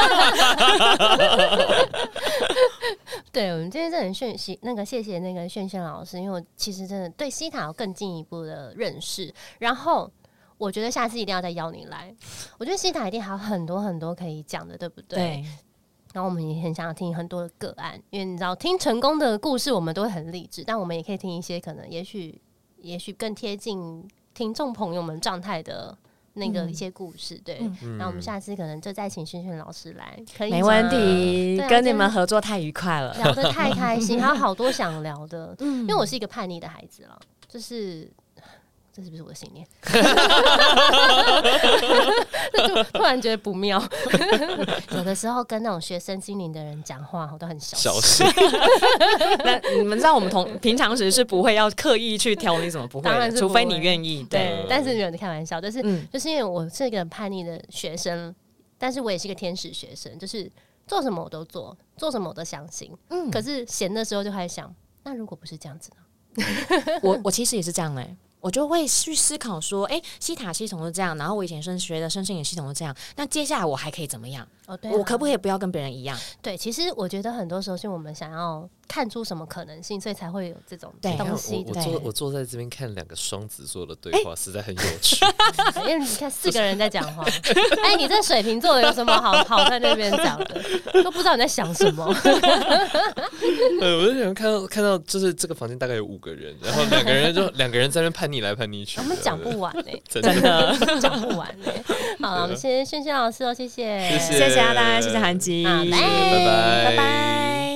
对，我们今天真的很炫喜，那个谢谢那个炫炫老师，因为我其实真的对西塔有更进一步的认识，然后我觉得下次一定要再邀你来。我觉得西塔一定还有很多很多可以讲的，对不对？ 对。 然后我们也很想要听很多的个案，因为你知道，听成功的故事我们都会很励志，但我们也可以听一些可能也许也许更贴近听众朋友们状态的那个一些故事。嗯、对，那、嗯、我们下次可能就再请轩轩老师来，可以吗？ 没问题，啊、跟你们合作太愉快了， 聊得太开心，还有好多想聊的。嗯，因为我是一个叛逆的孩子了，就是。这是不是我的信念？就突然觉得不妙。有的时候跟那种学生心灵的人讲话，我都很小心。 那你们知道，我们同平常时是不会要刻意去挑你什么，不会， 当然是不会， 除非你愿意。对， 对但是没有开玩笑，就是、嗯、就是因为我是一个叛逆的学生，但是我也是一个天使学生，就是做什么我都做，做什么我都相信。嗯，可是闲的时候就开始想，那如果不是这样子呢？ 我我其实也是这样哎、欸。我就会去思考说，哎、欸，西塔系统是这样，然后我以前学的身心灵系统是这样，那接下来我还可以怎么样？哦，对、啊，我可不可以不要跟别人一样？ 对，其实我觉得很多时候是我们想要看出什么可能性，所以才会有这种东西。 我我坐我坐在这边看两个双子座的对话，欸、实在很有趣。 因为你看四个人在讲话，哎、欸，你这水瓶座的有什么好好在那边讲的？都不知道你在想什么。 呃，我就想看到看到，就是这个房间大概有五个人，然后两个人就两个人在那边叛逆来叛逆去， 我们讲不完呢、欸， 真的讲不完呢、欸。好，我们谢谢轩轩老师哦，谢谢， 谢谢， 谢谢阿呆，谢谢韩吉， 拜拜， 拜拜。